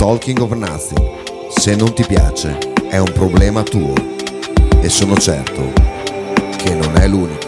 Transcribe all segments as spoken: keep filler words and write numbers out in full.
Talking of Nothing. Se non ti piace, è un problema tuo. E sono certo che non è l'unico.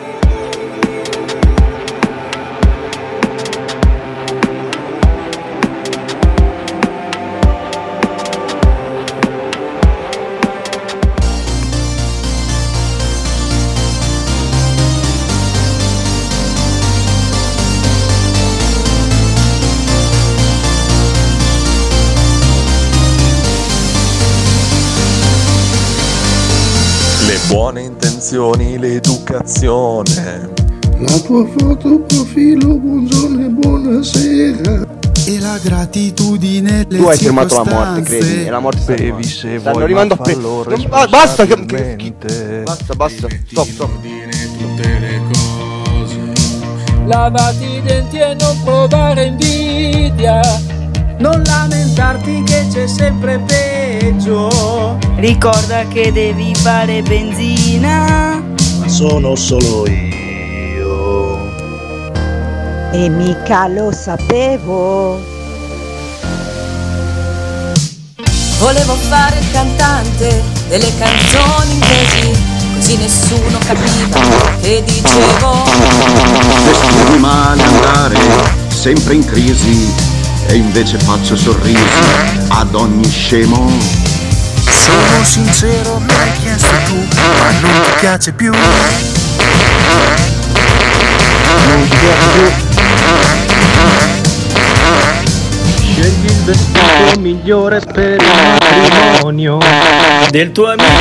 Buone intenzioni, l'educazione. La tua foto profilo, buongiorno e buonasera. E la gratitudine. Le tu hai firmato la morte, credi? E la morte bevi se stanno vuoi, arrivando ma a pe- fallo non, ba- basta che, che, responsabilmente. basta basta stop stop. Tutte le cose. Lavati i denti e non provare invidia. Non lamentarti che c'è sempre peggio. Ricorda che devi fare benzina. Ma sono solo io. E mica lo sapevo. Volevo fare il cantante delle canzoni inglesi, così nessuno capiva che dicevo. Vestirmi male, andare sempre in crisi, e invece faccio sorrisi ad ogni scemo. Sono sincero, me l'hai chiesto tu, ma non ti piace più. Non ti piace più. Scegli il vestito migliore per il matrimonio Del tuo amico.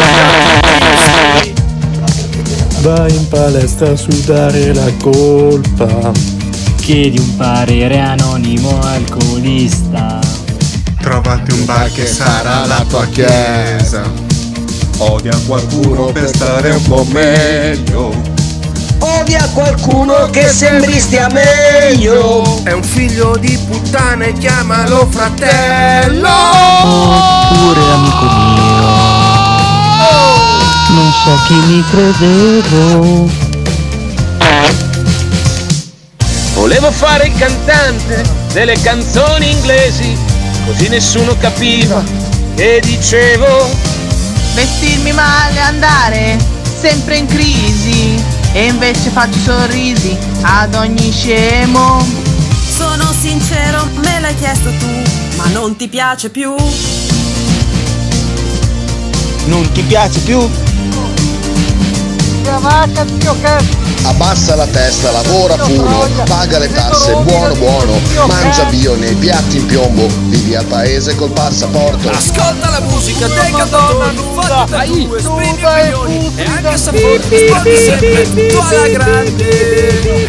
Vai in palestra a sudare la colpa. Chiedi un parere anonimo alcolista. Trovati un bar che sarà la tua chiesa. Odia qualcuno per stare un po' meglio. Odia qualcuno che sembri stia meglio. È un figlio di puttana e chiamalo fratello. Oppure amico mio, non so chi mi credevo. Volevo fare il cantante delle canzoni inglesi, così nessuno capiva che dicevo. Vestirmi male, andare sempre in crisi, e invece faccio sorrisi ad ogni scemo. Sono sincero, me l'hai chiesto tu, ma non ti piace più. Non ti piace più? Abbassa la testa, lavora puro, paga le tasse, buono buono, mangia bio nei piatti in piombo, vivi al paese col passaporto. Ascolta la musica dei Cadonna, fatti da due, spendi milioni, e anche se forse rispondi sempre tu alla grande.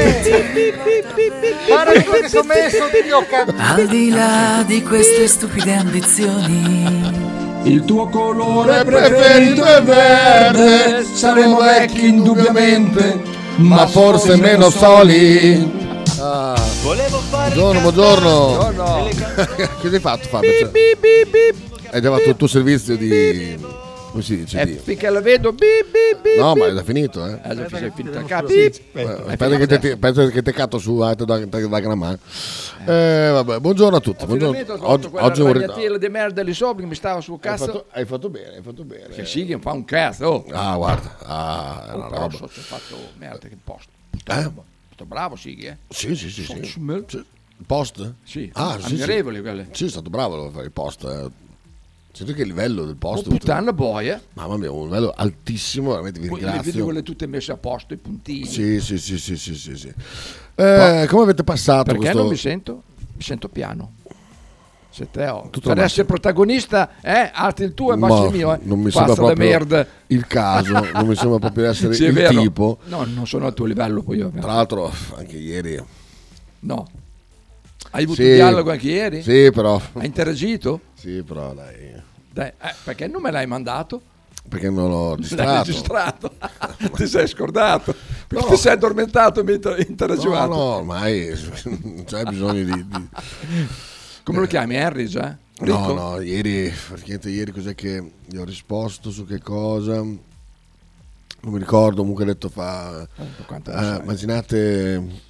Guarda quello che sono messo, Dio cazzo. Al di là di queste stupide ambizioni, Il tuo colore preferito è verde. Saremo vecchi indubbiamente, ma forse meno soli. Ah, volevo fare buongiorno, buongiorno. Che hai fatto, Fabio? Cioè, hai già fatto il tuo servizio di... come si dice? Eh, di... finché la vedo bip bip bip. No, ma è già finito, eh. È già finito il capo. Penso che te, penso che te catto su eh, da, da, da gran mano. Eh, vabbè, buongiorno a tutti. Buongiorno. Oggi, oggi un ragnatela di merda lì sopra che mi stava sul hai cazzo. fatto, hai fatto bene, hai fatto bene. Che sì, che fa un cazzo. Oh. Ah, guarda. Ah, è una Oh, roba. posto, ho fatto merda che posto. Eh? Sto bravo, sì, eh. Sì, sì, sì, sì. Sì. Sì. Il post? Sì, Ah, sì, ammirevoli sì. quelle. Sì, è stato bravo a fare il post. Eh. Senti che livello del post. Oh, puttana boia. Mamma mia, un livello altissimo, veramente vi Le ringrazio. video quelle tutte messe a posto, i puntini. Sì, sì, sì, sì, sì, sì, sì. Eh, come avete passato Perché questo... non mi sento? Mi sento piano. Se te ho. Tutto Per essere protagonista, eh, alti il tuo e bassi il mio, eh. Non mi Pazzo sembra da proprio merda. il caso, non mi sembra proprio di essere Sì, è il vero. tipo. No, non sono al tuo livello poi io. Tra l'altro anche ieri. No. Hai avuto Sì, un dialogo anche ieri? Sì, però. Hai interagito? Sì, però dai. Dai, eh, perché non me l'hai mandato? Perché non l'ho L'hai distratto. registrato. Ti sei scordato. Perché No. ti sei addormentato mentre interagivato. No, no, ormai non c'è bisogno di... di... Come lo chiami? Henry già? Ricco? No, no, ieri, praticamente ieri cos'è che gli ho risposto su che cosa? Non mi ricordo, comunque ho detto fa... quanto eh, immaginate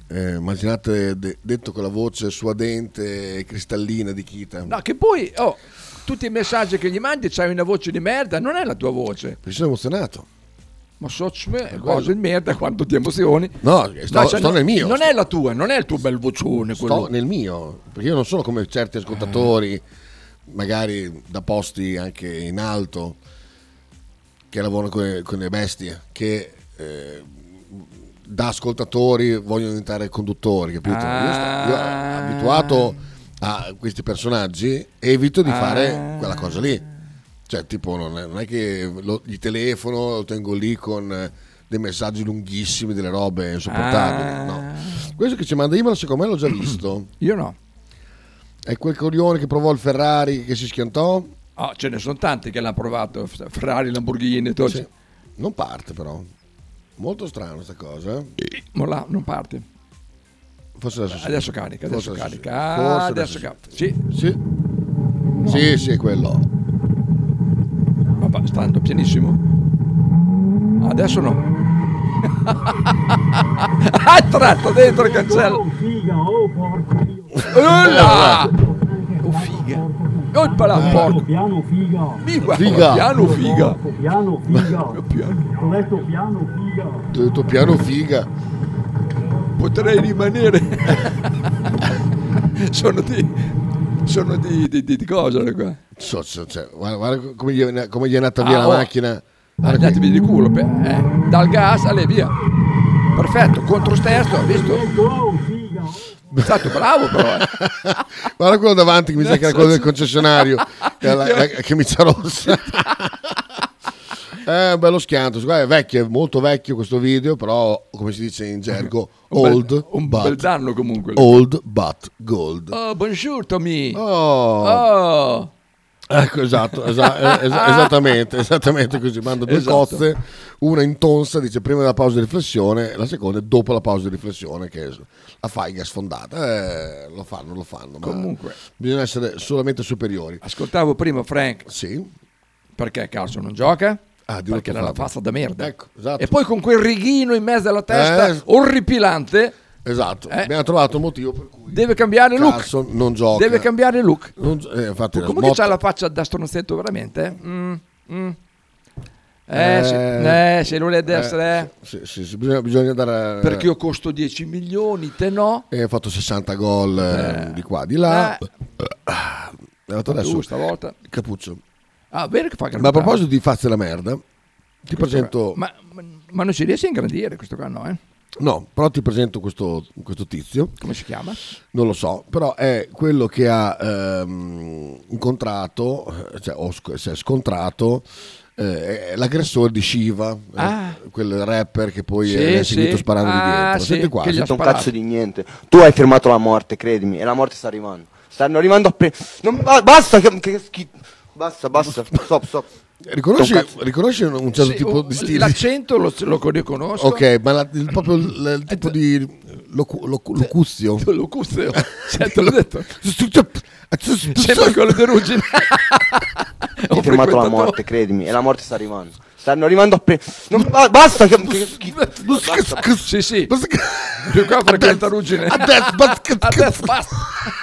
Eh, immaginate de- detto con la voce suadente e cristallina di Kita. No, che poi, oh, tutti i messaggi che gli mandi c'hai una voce di merda, non è la tua voce. Mi sono emozionato. Ma so cose di merda quanto ti emozioni. No, sto, No, cioè, sto no, nel mio. Non è la tua, non è il tuo bel vocione quello. Sto nel mio, perché io non sono come certi ascoltatori, magari da posti anche in alto, che lavorano con le, con le bestie, che eh, da ascoltatori vogliono diventare conduttori, capito? Ah. Io, sto, io abituato a questi personaggi evito di Ah. fare quella cosa lì. Cioè, tipo, non è, non è che lo, gli telefono, lo tengo lì con eh, dei messaggi lunghissimi, delle robe insopportabili. Ah. No. Questo che ci manda email, secondo me l'ho già visto. Io no. È quel coglione che provò il Ferrari che si schiantò? Oh, ce ne sono tanti che l'hanno provato, Ferrari, Lamborghini, tutto. Sì. Non parte però. Molto strano sta cosa. Eh? Ma là, non parte. Forse adesso sì. Adesso carica, adesso Forse carica. sì. Ah, Forse adesso adesso carica. Sì. Sì. No. Sì, sì, è quello. Vabbè, sta andando pianissimo. Adesso no. Ha tratto dentro il cancello. Oh figa, oh porco Dio. Oh là! Oh figa. Oh il palato, porco. Piano figa. Mi guarda, Figa. piano figa. Piano figa. Ho detto piano figa. Ho detto piano figa. Potrei rimanere. Sono di... Sono di, di, di, di cosa qua? So, so, cioè, guarda, guarda come, gli è, come gli è andata via Ah, la oh. macchina. Andate via di culo, pe- eh. Dal gas alle via. Perfetto, contro sterzo, hai visto? È stato bravo però. Eh. Guarda quello davanti che mi sa che era quello del concessionario, che, è la, la camicia rossa. È un bello schianto. Guarda, è vecchio, è molto vecchio questo video, però come si dice in gergo, Un bel- old, un but, bel danno comunque. old but gold. Oh, bonjour Tommy. Oh. Oh. Ecco, esatto, esa- es- esattamente, esattamente così. Manda due Esatto. cozze, una in tonsa, dice prima della pausa di riflessione, la seconda è dopo la pausa di riflessione, che è la faiga sfondata. Eh, lo fanno, lo fanno. Ma Comunque. bisogna essere solamente superiori. Ascoltavo prima Frank. Sì. Perché Carlson non gioca? Ah, dillo perché tu, era la Fabio. pasta da merda. Ecco, esatto. E poi con quel righino in mezzo alla testa Eh. orripilante. Esatto, Eh. abbiamo trovato un motivo per cui Deve cambiare look. Carlson non gioca. Deve cambiare look. Non gio- eh, infatti la Comunque smotta- c'ha la faccia da stronzetto veramente. eh? Mm, mm. Eh, Eh, sì, eh, se lo vuole essere. eh, sì, sì, sì, bisogna, bisogna dare. Perché io costo dieci milioni, te no? E ha fatto sessanta gol eh, Eh. di qua, di là. Eh. È andato adesso Tu stavolta. Cappuccio. Ah, vero che fa Ma a proposito di facce la merda, ti Questo presento. qua- Ma, ma, ma non si riesce a ingrandire questo qua, no? Eh? No, però ti presento questo, questo tizio. Come si chiama? Non lo so, però è quello che ha ehm, incontrato, eh, cioè o sc- si è scontrato eh, è l'aggressore di Shiva, eh, Ah. quel rapper che poi Sì, è seguito sì. sparando di Ah, dietro. sì, Senti qua, che gli ha senti- un cazzo di niente. Tu hai firmato la morte, credimi, e la morte sta arrivando. Stanno arrivando appena. Non... ba- Basta, che, che schifo. Basta, basta, stop, stop. Riconosci, Un cazzo. riconosci un certo Sì, tipo oh, di stile? L'accento lo, lo riconosco. Ok, ma la- il, proprio il, il tipo di locu, locu, locuzio. Locuzio. Cioè, te l'ho detto. Sempre Sembra quello di Ruggine. Hai firmato la morte, credimi, e la morte sta arrivando. Stanno arrivando appena. Non... ba- Basta, che, che schifo. Basta. Sì, sì. Più qua frequenta Ruggine. Adesso, Adesso basta.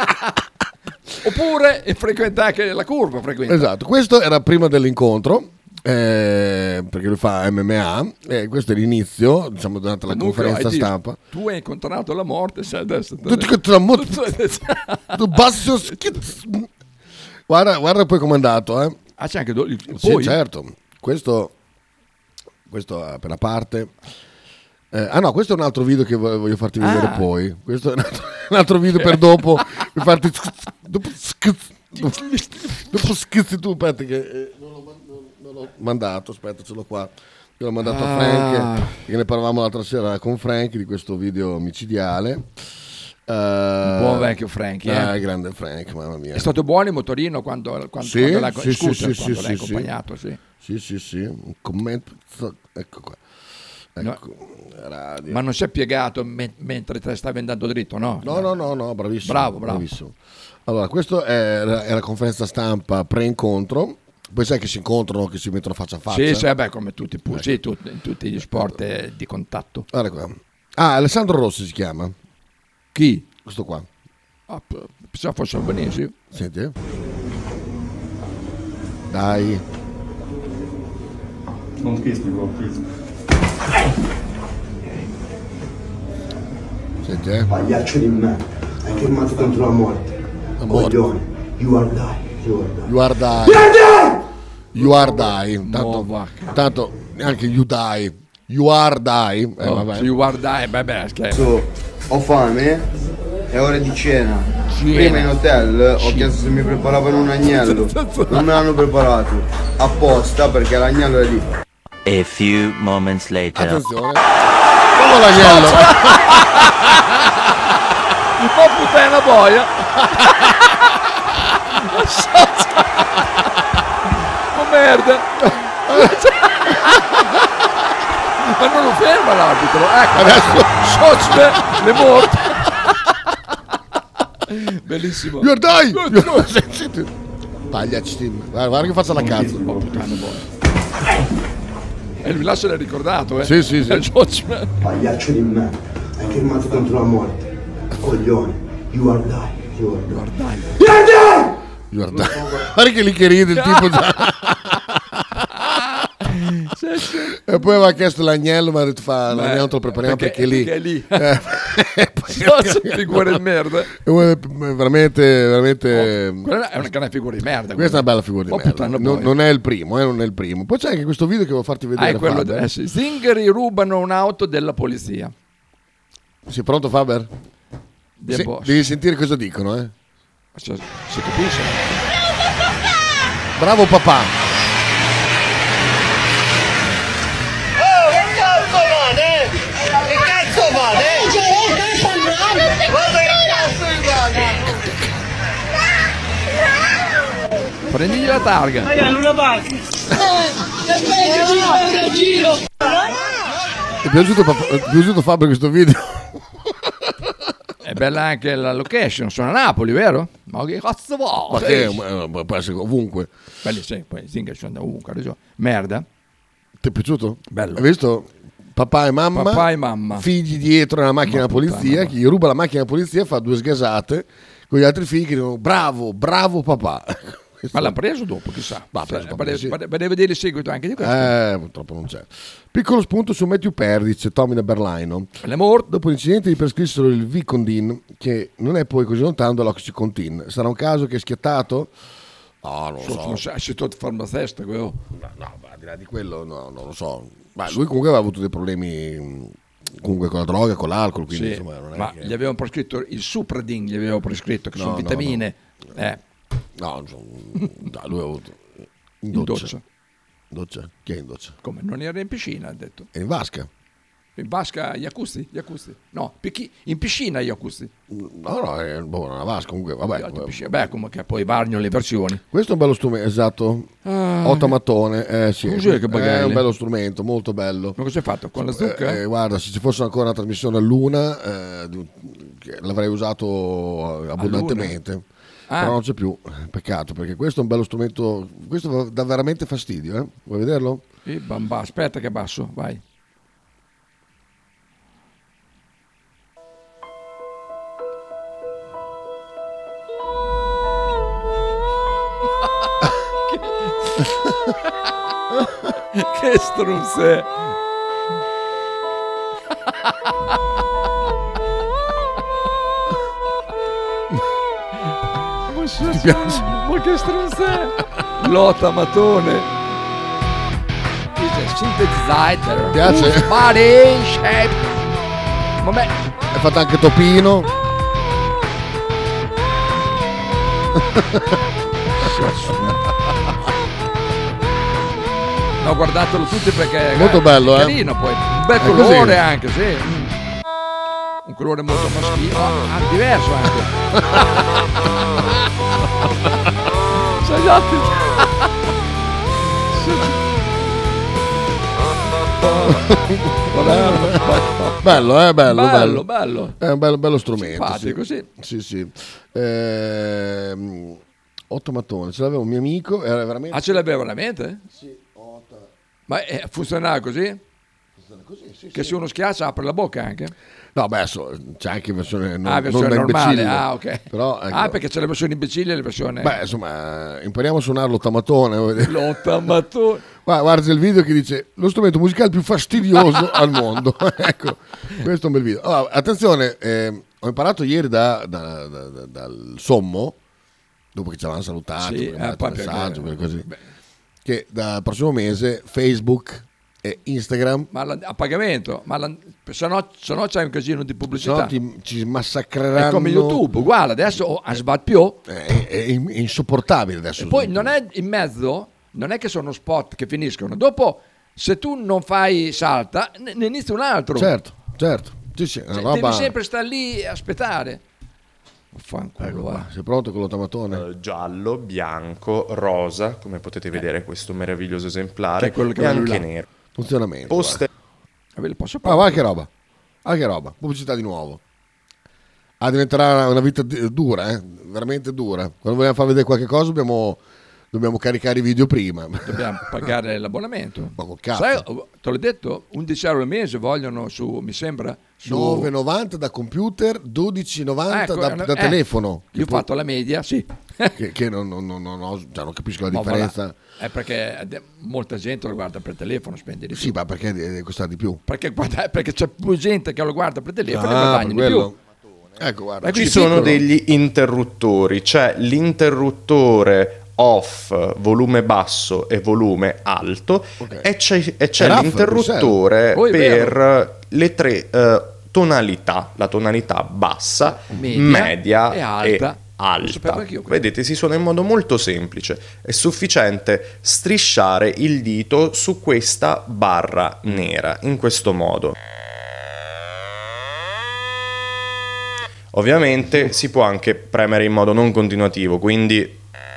Oppure frequenta anche la curva. Frequenta. Esatto, questo era prima dell'incontro, eh, perché lui fa M M A, e questo è l'inizio, diciamo, durante la Comunque, conferenza hai detto, stampa. Tu hai incontrato la morte, sai adesso. Tutti che tra mo- tu basso schizz- Guarda, guarda poi com'è andato, eh. Ah, c'è anche do- il, Sì, poi? certo. Questo, questo è per la parte. Eh, ah no, questo è un altro video che vo- voglio farti vedere Ah. poi. Questo è un altro, un altro video per dopo. Per farti dopo schizz- dopo, dopo schizzi tu, aspetta che eh, non, l'ho, non- non l'ho mandato, aspetta, ce l'ho qua. Io l'ho mandato Ah. a Frank, che ne parlavamo l'altra sera con Frank di questo video micidiale. Eh, Buon vecchio Frank, eh. eh, grande Frank, mamma mia. È stato buono in motorino quando, quando, Sì, quando l'ha, sì, scooter, sì, sì, quando sì, l'hai sì, accompagnato, sì. Sì, sì, sì, un commento, ecco qua. Ecco, radio. Ma non si è piegato me- mentre te stavi andando dritto, no? No, no, no, no, bravissimo. Bravo, bravo. Bravissimo. Allora, questo è la, è la conferenza stampa pre-incontro. Poi sai che si incontrano, che si mettono faccia a faccia. Sì, sì, beh, come tutti, pu- Ecco. sì, tut- in tutti gli sport eh, di contatto. Guarda qua. Ah, Alessandro Rossi si chiama. Chi? Questo qua. Ah, p- pensavo fosse albanesi. Senti, eh. Dai. Non kiss me, bro, kiss me. Senti, eh. Pagliaccio di me. Hai firmato contro la morte. La morte. Coglione. You are die. You are die. You are die. You are die! You are die. Tanto, tanto neanche you die. You are die. Eh, Oh, vabbè. you are die, vabbè, scherzo. So, ho fame, è ora di cena. Cena. Prima in hotel ho chiesto se mi preparavano un agnello. Non me l'hanno preparato. Apposta perché l'agnello è lì. A few moments later. Attenzione. Come l'agnello? Un po' puttana boia. Oh merda. Ma non lo ferma l'arbitro. Ecco, adesso Sochme le morte. Bellissimo. You are die. Pagliacci. Guarda, guarda che faccia la cazzo. Un po' puttana boia. E lui là se l'ha ricordato, eh. Sì, sì, sì. Sochme. Pagliaccio di me. Hai firmato contro la morte. Coglione. You are die. You are die. You are die. You are die! You are die. Guarda che lì che ride il tipo già. Sì, sì. E poi aveva chiesto l'agnello, ma ha detto fa l'agnello non te lo prepariamo perché, perché- perché è lì. perché è lì. Socio, figura di merda. È veramente, veramente. Oh, quella è una gran figura di merda. Questa è una bella figura di Oh, merda. puttana Non, boia. non è il primo, eh, non è il primo. Poi c'è anche questo video che volevo farti vedere. Ah, è quello Faber. de- eh, sì. Zingari rubano un'auto della polizia. Sei pronto, Faber? The Se- boss. devi sentire cosa dicono, eh. Cioè, si capisce? Bravo papà. Oh, che cazzo fate? Che cazzo fate? Guarda che cazzo mi fate? Prendigli la targa. una parte. giro. Ti è piaciuto, papà- ti è piaciuto Faber questo video? È bella anche la location, sono a Napoli, vero? Ma che cazzo vuoi? Ma che eh, può essere ovunque. Belli, sì, poi Zingari sono da ovunque, ha ragione. Merda. Ti è piaciuto? Bello. Hai visto? Papà e mamma, Papà e mamma. figli dietro nella macchina Ma da polizia, puttana, chi ruba la macchina da polizia fa due sgasate con gli altri figli che dicono bravo, bravo papà. Ma l'ha preso dopo, chissà. Ma ha preso Eh, dopo, deve, sì. deve vedere il seguito anche di questo. Eh, purtroppo non c'è. Piccolo spunto su Matthew Perdic e Tommy da Berlaino. Le morte. Dopo l'incidente gli prescrissero il Vicondin, che non è poi così lontano dall'Oxycontin. Sarà un caso che è schiattato? No, non lo Sotto, so. non sai, se tu ti ferma la testa, quello. No, no, ma al di là di quello, no, non lo so. Ma lui comunque aveva avuto dei problemi mh, comunque con la droga, con l'alcol, quindi Sì, insomma non è ma che... gli avevano prescritto il Supradin, gli avevano prescritto che No, sono no, vitamine. Eh, No, non so, no, lui ha avuto in in doccia. doccia. Doccia? Chi è in doccia? Come? Non era in piscina, ha detto. È in vasca? In vasca gli acquisti? Gli acquisti? No, picchi- in piscina gli acquisti. No, no, è boh, una vasca comunque, vabbè. In piscina. Beh, come che poi variano le versioni. Questo è un bello strumento, esatto. Ah, Otomatone, eh sì. Cos'è che È bagagli? un bello strumento, molto bello. Ma cosa hai fatto? Con la zucca? Eh, eh, guarda, se ci fosse ancora una trasmissione a Luna, eh, di- che l'avrei usato abbondantemente. Ah. Però non c'è più, peccato, perché questo è un bello strumento, questo dà veramente fastidio, eh? Vuoi vederlo? Eh, bamba, aspetta che basso, vai. Che strunze. Ti piace? Ma che strunze. Lotta matone. Synthesizer. Ti piace? Whose body shape. Vabbè. Hai fatto anche Topino. No, guardatelo tutti perché Molto è bello, eh. carino poi. Un bel È colore così. anche, sì. Mm. Un colore molto maschile. Ah, ah, diverso anche. Sai gli altri. Bello, eh, bello, Bello, bello. È un bello, bello strumento. Simpatico, sì. Sì, sì. Ehm, Otomatone, ce l'aveva un mio amico, era veramente... Ah, ce l'aveva veramente? Sì, Ma eh, funzionava così? Così, sì, che sì. se uno schiaccia apre la bocca anche? No, beh, adesso c'è anche versione non, ah, versione non da normale, imbecille. ah, ok. Però, ecco. Ah, perché c'è la versione imbecille e la versione... Beh, insomma, impariamo a suonare l'ottamatone. L'ottamatone. Guarda, guarda il video che dice lo strumento musicale più fastidioso al mondo. Ecco, questo è un bel video. Allora, attenzione, eh, ho imparato ieri da, da, da, da, dal Sommo, dopo che ci avevano salutato, Sì, mi eh, ha poi un messaggio, perché- così, che dal prossimo mese Facebook e Instagram, Ma la- a pagamento, ma la- se no, se no c'è un casino di se pubblicità. no ti, ci massacreranno. È come YouTube, uguale, adesso oh, a sbat più. È, è insopportabile adesso. E poi non è in mezzo, non è che sono spot che finiscono. Dopo, se tu non fai salta, ne, ne inizia un altro. Certo, certo. Sì, sì, è una Cioè, roba... devi sempre stare lì e aspettare. Fanculo, Ecco va. qua, sei pronto con l'ottamatone? Eh, giallo, bianco, rosa, come potete vedere questo meraviglioso esemplare, Che è quello che e va lui anche là. nero. Funzionamento. Poste- Vabbè, le posso Ah, guarda che roba. Ah, che roba. Pubblicità di nuovo. Ah, diventerà una vita di- dura, eh? Veramente dura. Quando vogliamo far vedere qualche cosa dobbiamo, dobbiamo caricare i video prima. Dobbiamo pagare l'abbonamento. Ma col cazzo. Sai, te l'ho detto, undici euro al mese vogliono su, mi sembra, su... nove e novanta da computer, dodici e novanta Ecco, da, eh, da eh, telefono. Io ho fatto la media, sì. Che, che non, non, non, non ho- cioè non capisco la Ma differenza. voilà. È perché de- molta gente lo guarda per telefono, spende di più. Sì, ma perché eh, costa di più? Perché, guarda, perché c'è più gente che lo guarda per telefono e Ah, guadagna per di quello. più. Ecco, guarda. Ecco, Ci sì, sono piccolo. degli interruttori, c'è l'interruttore off, volume basso e volume alto, e c'è, e c'è È raff, l'interruttore Oh, è vero. per le tre eh, tonalità, la tonalità bassa, Media media, e alta. e alta. Lo sapevo anch'io questo. Vedete, si suona in modo molto semplice. È sufficiente strisciare il dito su questa barra nera, in questo modo. Ovviamente si può anche premere in modo non continuativo, quindi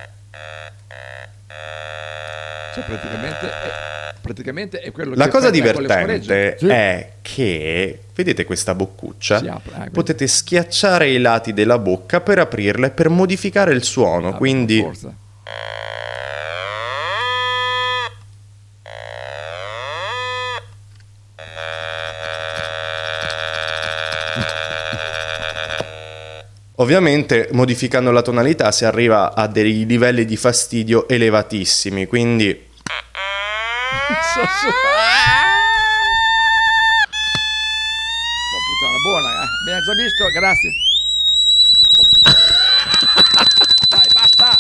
Cioè, praticamente, è, praticamente è quello la che cosa fai con le divertente scoregge. è che, vedete questa boccuccia? Si apre, eh, quindi- Potete schiacciare i lati della bocca per aprirla e per modificare il suono, Ah, quindi per forza. ovviamente modificando la tonalità si arriva a dei livelli di fastidio elevatissimi, quindi Oh, puttana, buona, eh. Abbiamo già visto, grazie. Dai, basta.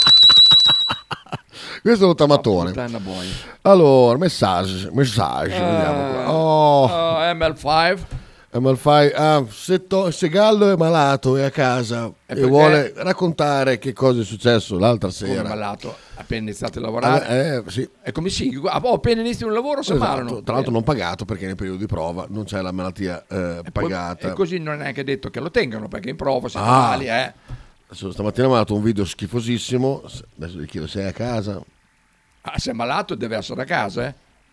Questo è l'ottamatone. Puttana boia. Allora, messaggi, messaggi, vediamo qua. Oh, Oh, M L cinque. M L cinque, ah, se, to- se Gallo è malato, è a casa e, perché? vuole raccontare che cosa è successo l'altra Come sera. malato, appena iniziato a lavorare. Eh, eh, sì. È come sì, ah, oh, appena inizi un lavoro si Esatto. ammalano. Tra l'altro non pagato perché nel periodo di prova non c'è la malattia eh, E poi- pagata. E così non è neanche detto che lo tengano, perché in prova si Ah. fa male, eh. Adesso stamattina mi ha dato un video schifosissimo, adesso gli chiedo se è a casa. Ah, se è malato deve essere a casa, eh.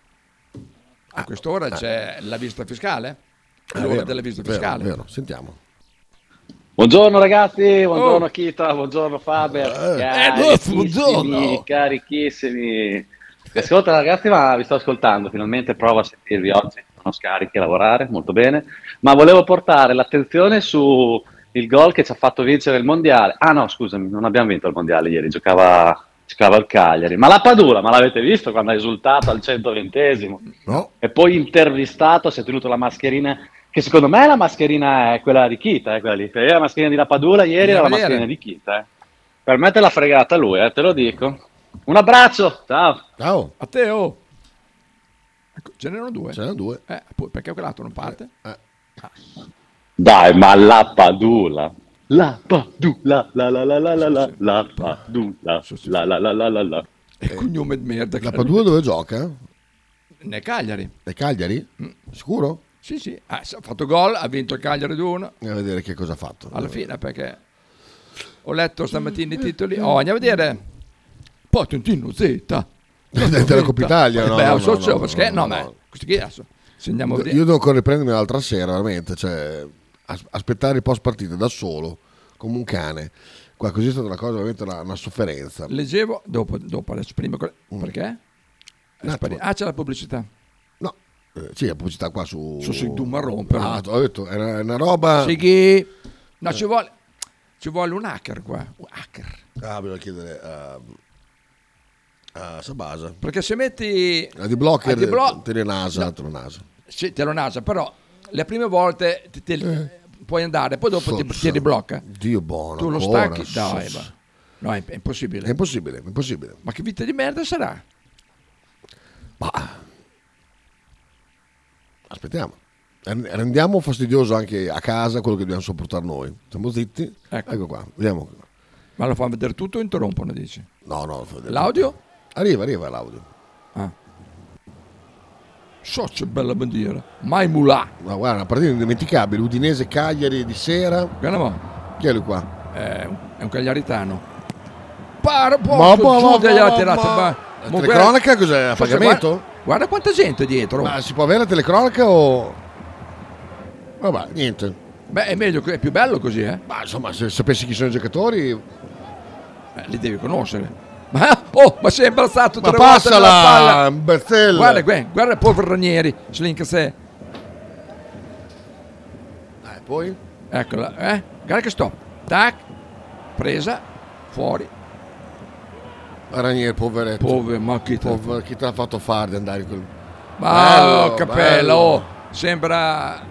A quest'ora c'è la visita fiscale? Ah, L'ora vero, della visita vero, fiscale. vero. Sentiamo. Buongiorno ragazzi, buongiorno Oh. Kita, buongiorno Faber, Eh, carichissimi, buongiorno. carichissimi. Ascolta ragazzi, ma vi sto ascoltando, finalmente provo a sentirvi oggi, non scarichi a lavorare, molto bene, ma volevo portare l'attenzione su il gol che ci ha fatto vincere il mondiale. Ah no, scusami, non abbiamo vinto il mondiale ieri, giocava, giocava il Cagliari, ma la Padula, ma l'avete visto quando ha esultato al centoventesimo? No. E poi intervistato, si è tenuto la mascherina, che secondo me la mascherina è quella di Kita, eh, quella lì. Per la mascherina di Lapadula ieri era la Andiamo a vedere. mascherina di Kita. Eh. Per me te l'ha fregata lui, eh, te lo dico. Un abbraccio, ciao. Ciao. A te, oh. Ecco, ce n'erano due. Ce n'erano due. Eh, poi perché quell'altro non parte? Eh. Dai, ma la Padula. La Padula, la la la la la la, la Padula, la la la la la la. E cognome di merda. La Padula dove gioca? Nel Cagliari. Nel Cagliari? Sicuro? Sì, sì. Ah, ha fatto gol, ha vinto il Cagliari due uno. Andiamo a vedere che cosa ha fatto. Alla fine, perché ho letto stamattina i titoli. Oh, andiamo a vedere. Potentino Z. Della Coppa Italia, no, Beh, no, so, no, so, no, perché, no, no, no, ma no. questo qui adesso. Se andiamo a Io vedere. devo ancora riprendermi l'altra sera, veramente. Cioè, as- aspettare il post partita da solo, come un cane. Qua così è stata una cosa, veramente una, una sofferenza. Leggevo, dopo, dopo adesso, prima. co- Perché? Un attimo. Ah, c'è la pubblicità. No. Eh, sì, la pubblicità qua su... Su Sigdu Marron, però. Ah, ho detto, è una, è una roba... Sighi. No, ci vuole, ci vuole un hacker qua. Un hacker. Ah, bisogna chiedere a... a Sabasa. Perché se metti... A D-Blocker, a D-Block- te ne nasa, No. te lo nasa. Sì, te lo nasa, però le prime volte te, te- Eh. puoi andare, poi dopo ti, Forza. ti riblocca. Dio buono. Tu lo ancora, stacchi, dai, forza. va. No, è, è impossibile. È impossibile, è impossibile. Ma che vita di merda sarà? Ma aspettiamo. Rendiamo fastidioso anche a casa quello che dobbiamo sopportare noi. Stiamo zitti. Ecco. Ecco qua, vediamo. Ma lo fanno vedere tutto o interrompono, dici? No, no. lo fa vedere L'audio? tutto. Arriva, arriva l'audio. Ah. So, c'è bella bandiera. Mai mulà. Ma guarda, una partita indimenticabile. Udinese Cagliari di sera. Guarda mo. Chi è lui qua? È un, è un cagliaritano. Para, Ma- porco, ma- giù ma- degli ma- tirata, ma- ma- La mo telecronaca guarda- cos'è? A so se pagamento? Guarda, guarda quanta gente dietro. Ma si può avere la telecronaca o... Vabbè, niente. Beh, è meglio, è più bello così, eh? Ma insomma, se sapessi chi sono i giocatori... Eh, li devi conoscere. Ma, oh, ma sei imbalzato Ma tre volte nella passala, palla. Berzella. Guarda, guarda, guarda il povero Ranieri, slinka se. Eh, poi? Eccola, eh? Guarda che stop. Tac. Presa. Fuori. Ranieri, poveretto. Povero, ma chi te, Povero, chi te l'ha fatto fare di andare in quel... ma Bello, oh, cappella, bello. oh. Sembra...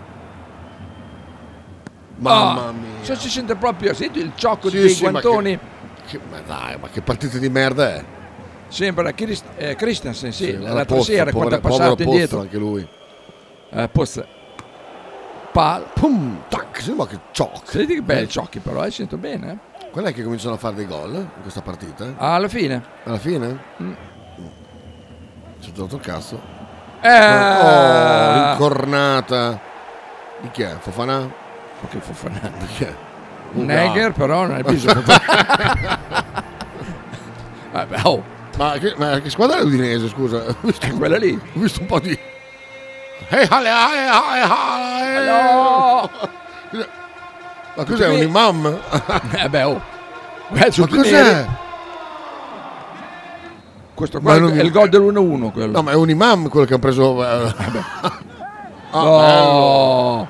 Mamma Ah, mia. se si sente proprio, senti il ciocco Sì, dei sì, ma guantoni. Che, ma dai, ma che partita di merda è? Sembra Christ- eh, Christensen, sì, Sì, l'altra Pozzo, sera quando è povero- passato povero indietro. Pozzo, anche lui. Eh, Pozzo. Pal. Pum, tac, sembra che ciocco. Senti che belli ciocchi però, eh, sento bene. Eh? Qual è che cominciano a fare dei gol in questa partita? Ah, alla fine. Alla fine? Mm. Ci ho tolto il cazzo. Eh. Oh, l'incornata. Di chi è? Fofana? Che Fofana? Di chi è? Un Neger, però non è bisogno. Vabbè, oh. Ma che, ma che squadra è l'Udinese, scusa? Ho visto, È quella lì. Ho visto un po' di... Hey, hale, hale, hale, hale. No! Ma cos'è, un imam? Eh beh, oh. Guarda, Ma cos'è? neri. Questo qua Ma è non il- mi- è il gol dell'uno uno quello. No, ma è un imam quello che hanno preso... eh. Ah, Oh.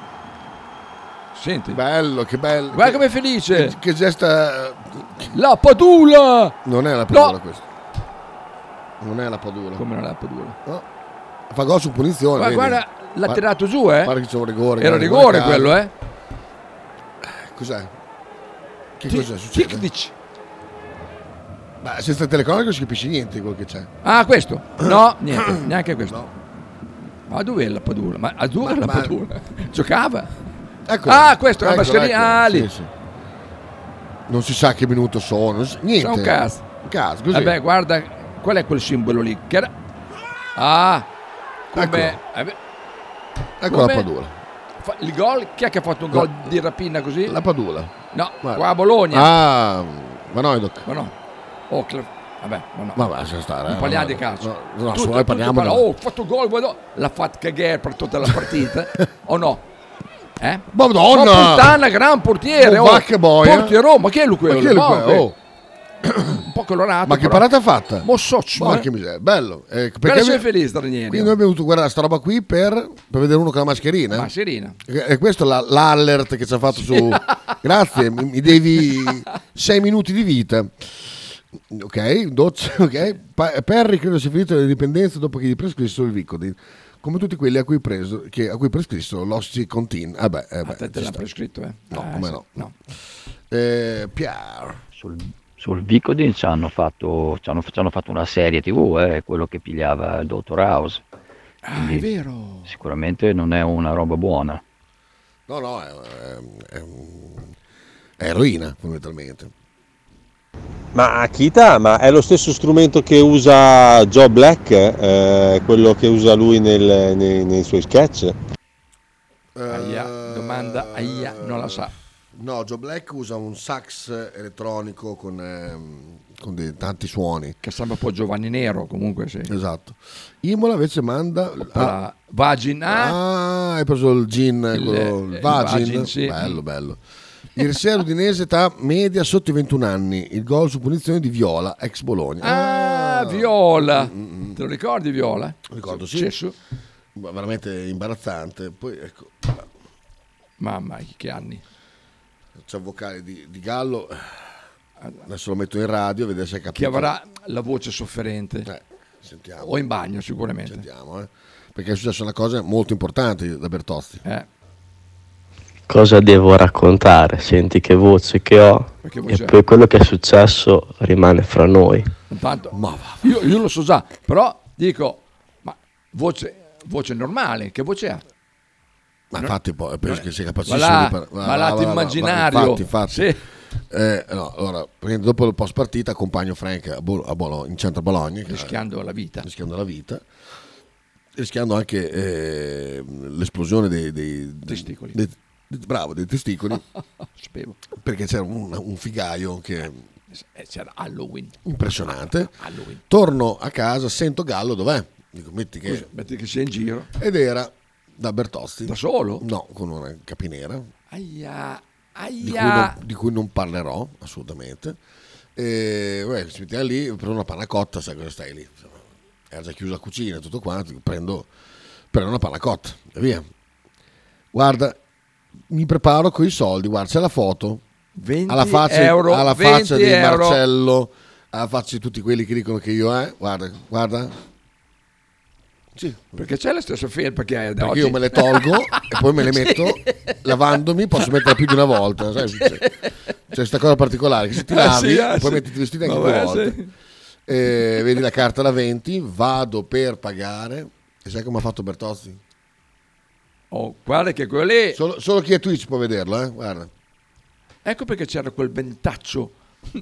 Senti. bello, che bello. Guarda che, com'è felice. Che, che gesta... La Padula! Non è la Padula No. questo. Non è la Padula. Come non è la Padula? No. Fa gol su punizione. Ma vedi? guarda, l'ha Pa- tirato giù, eh? Pare che c'è un rigore. Era guarda, rigore guarda quello, caso. eh? Cos'è? Che Ti- cos'è succede? Tikvic. Beh, senza telecronaca non si capisce niente di quello che c'è. Ah, questo? No, niente, neanche questo. Ma dov'è la Padula? Ma a dove Ma- la ma- Padula? Giocava? Ecco. Ah, questo è una Ecco, mascherina. ecco, Ah, lì. sì, sì. Non si sa che minuto sono. non si- Niente. C'è un cazzo. Un cazzo, così. Vabbè, guarda, qual è quel simbolo lì? Che era... Ah, come... Ecco. eh beh, Ecco come- la Padula. fa- Il gol? Chi è che ha fatto un gol di rapina così? La Padula. No, Guarda. qua a Bologna. Ah, Vanoidok. Ma no. Oh, Cla- vabbè, ma no. Ma va, lascia stare. Non eh, parliamo no, di calcio. No, no, Tutto- se vuoi tutto parliamo. parla- di- Oh, ho fatto gol, guarda. L'ha fatto cagare per tutta la partita. O no? Eh? Madonna! Ma puttana, gran portiere. Oh, Oh, vacca boia. Portiero, ma che è lui quello? Ma chi è lui No, quello? Oh. Un po' colorato. Ma che però. parata ha fatta? Mo soccio, Porca eh. miseria, bello. Eh, Guarda se è abbiamo- felice Ranieri. Quindi noi abbiamo dovuto guardare sta roba qui per, per vedere uno con la mascherina. Mascherina. E e questo è la- l'allert che ci ha fatto su... Grazie, mi, mi devi sei minuti di vita. Ok, doccia, ok. Pa- Perry credo sia finito le dipendenze dopo che gli prescrissero il Vicodin. Come tutti quelli a cui, preso, che, a cui prescrissero l'Oxycontin. Ah beh, eh beh, A te te ci l'ha sta. prescritto, eh? No, Eh, come sì, no. no. Eh, Pier. Sul, sul Vicodin ci hanno fatto, ci hanno, ci hanno fatto una serie tivù, eh, quello che pigliava il dottor House. Ah, Quindi è vero. sicuramente non è una roba buona. No, no, è, è, è, è eroina fondamentalmente. Ma Akita, ma è lo stesso strumento che usa Joe Black, eh, quello che usa lui nel- nei, nei suoi sketch? Aia, domanda, aia, non la sa. No, Joe Black usa un sax elettronico con, ehm, con dei, tanti suoni. Che sembra un po' Giovanni Nero, comunque sì. Esatto. Imola invece manda... Ah, Vagin, ah, Ah, hai preso il gin, Il- quello, il il Vagin. Vagin, sì. Bello, bello. Ieri sera Udinese età media sotto i ventuno anni. Il gol su punizione di Viola, ex Bologna. ah, Viola. Te lo ricordi Viola? Ricordo, sì. Cesso. veramente imbarazzante. Poi ecco, mamma, che anni. C'è un vocale di, di Gallo, adesso lo metto in radio, vedere se è capito. Che avrà la voce sofferente. Eh, sentiamo. O in bagno sicuramente. Sentiamo, eh. Perché è successa una cosa molto importante da Bertozzi. Eh. Cosa devo raccontare? Senti che voce che ho. Che voce e è? poi quello che è successo rimane fra noi. Intanto, io, io lo so già, però dico, ma voce, voce normale, che voce ha? Ma No, infatti poi penso no, che sia capacissimo va là, di par- va- malato va- va- va- immaginario. Infatti, infatti. Sì. Eh, no, allora, perché dopo il post partita accompagno Frank a, Bo- a Bologna, in centro a Bologna. che- Rischiando la vita. Rischiando la vita. Rischiando anche eh, l'esplosione dei, dei Testicoli. dei- dei- bravo, dei testicoli. Sapevo. Perché c'era un, un figaio che Eh, C'era Halloween. impressionante. Halloween. Torno a casa, sento Gallo, dov'è? Dico, metti che... Scusa, metti che sia in giro. Ed era da Bertozzi. Da solo? No, con una capinera. Aia, Di cui, aia. non, di cui non parlerò assolutamente. E beh, si metteva lì, prendo una panna cotta, sai cosa stai lì? Era già chiusa la cucina e tutto quanto, prendo, prendo una panna cotta e via. Guarda, mi preparo con i soldi, guarda, c'è la foto. venti alla faccia, euro, alla faccia di venti euro. Marcello, alla faccia di tutti quelli che dicono che io eh, guarda, guarda. Sì. Perché c'è la stessa felpa che hai da Perché oggi. io me le tolgo e poi me le metto Sì. lavandomi, posso mettere più di una volta, sai? C'è, c'è questa cosa particolare che se ti Ah, lavi sì, ah, poi sì. metti i vestiti anche Vabbè, due volte. sì. E vedi la carta da venti, vado per pagare e sai come ha fatto Bertozzi? Oh, guarda che quello lì. Solo, solo chi è Twitch può vederlo, eh? Guarda. Ecco perché c'era quel ventaccio.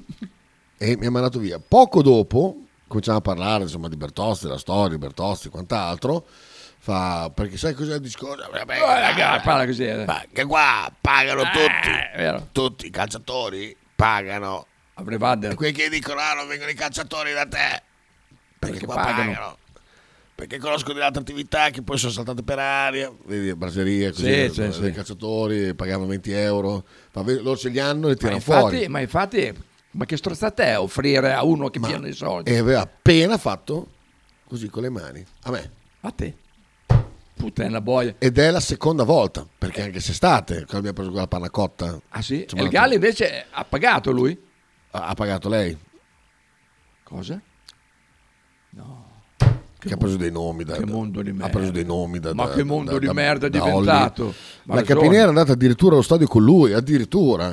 E mi ha mandato via. Poco dopo cominciamo a parlare insomma di Bertozzi, della storia di Bertozzi e quant'altro. Fa, perché sai cos'è il discorso? Vabbè, Guarda, parla così. eh. ma che qua pagano tutti, vero. tutti i calciatori pagano. Avrevate. E quelli che dicono ah non vengono i calciatori da te perché, Perché qua pagano. pagano. Perché conosco delle altre attività che poi sono saltate per aria, vedi, brasserie così, Sì, dei, sì, dei sì. calciatori pagavano venti euro, ma ve- loro ce li hanno e li Ma tirano infatti, fuori. ma infatti, ma che strozzata è offrire a uno che pieno di soldi? E aveva appena fatto così con le mani a me. A te. Puttana boia. Ed è la seconda volta, perché anche se state, quando abbiamo preso quella panna cotta. Ah sì? ci E il manca- Galli invece ha pagato lui? ha, ha pagato lei, Cosa? No. che ha preso dei nomi da, che mondo di ha merda. preso dei nomi da, Ma da- che mondo da- di da- merda è da diventato. Olli. Ma La ragione. Capinera è andata addirittura allo stadio con lui, addirittura.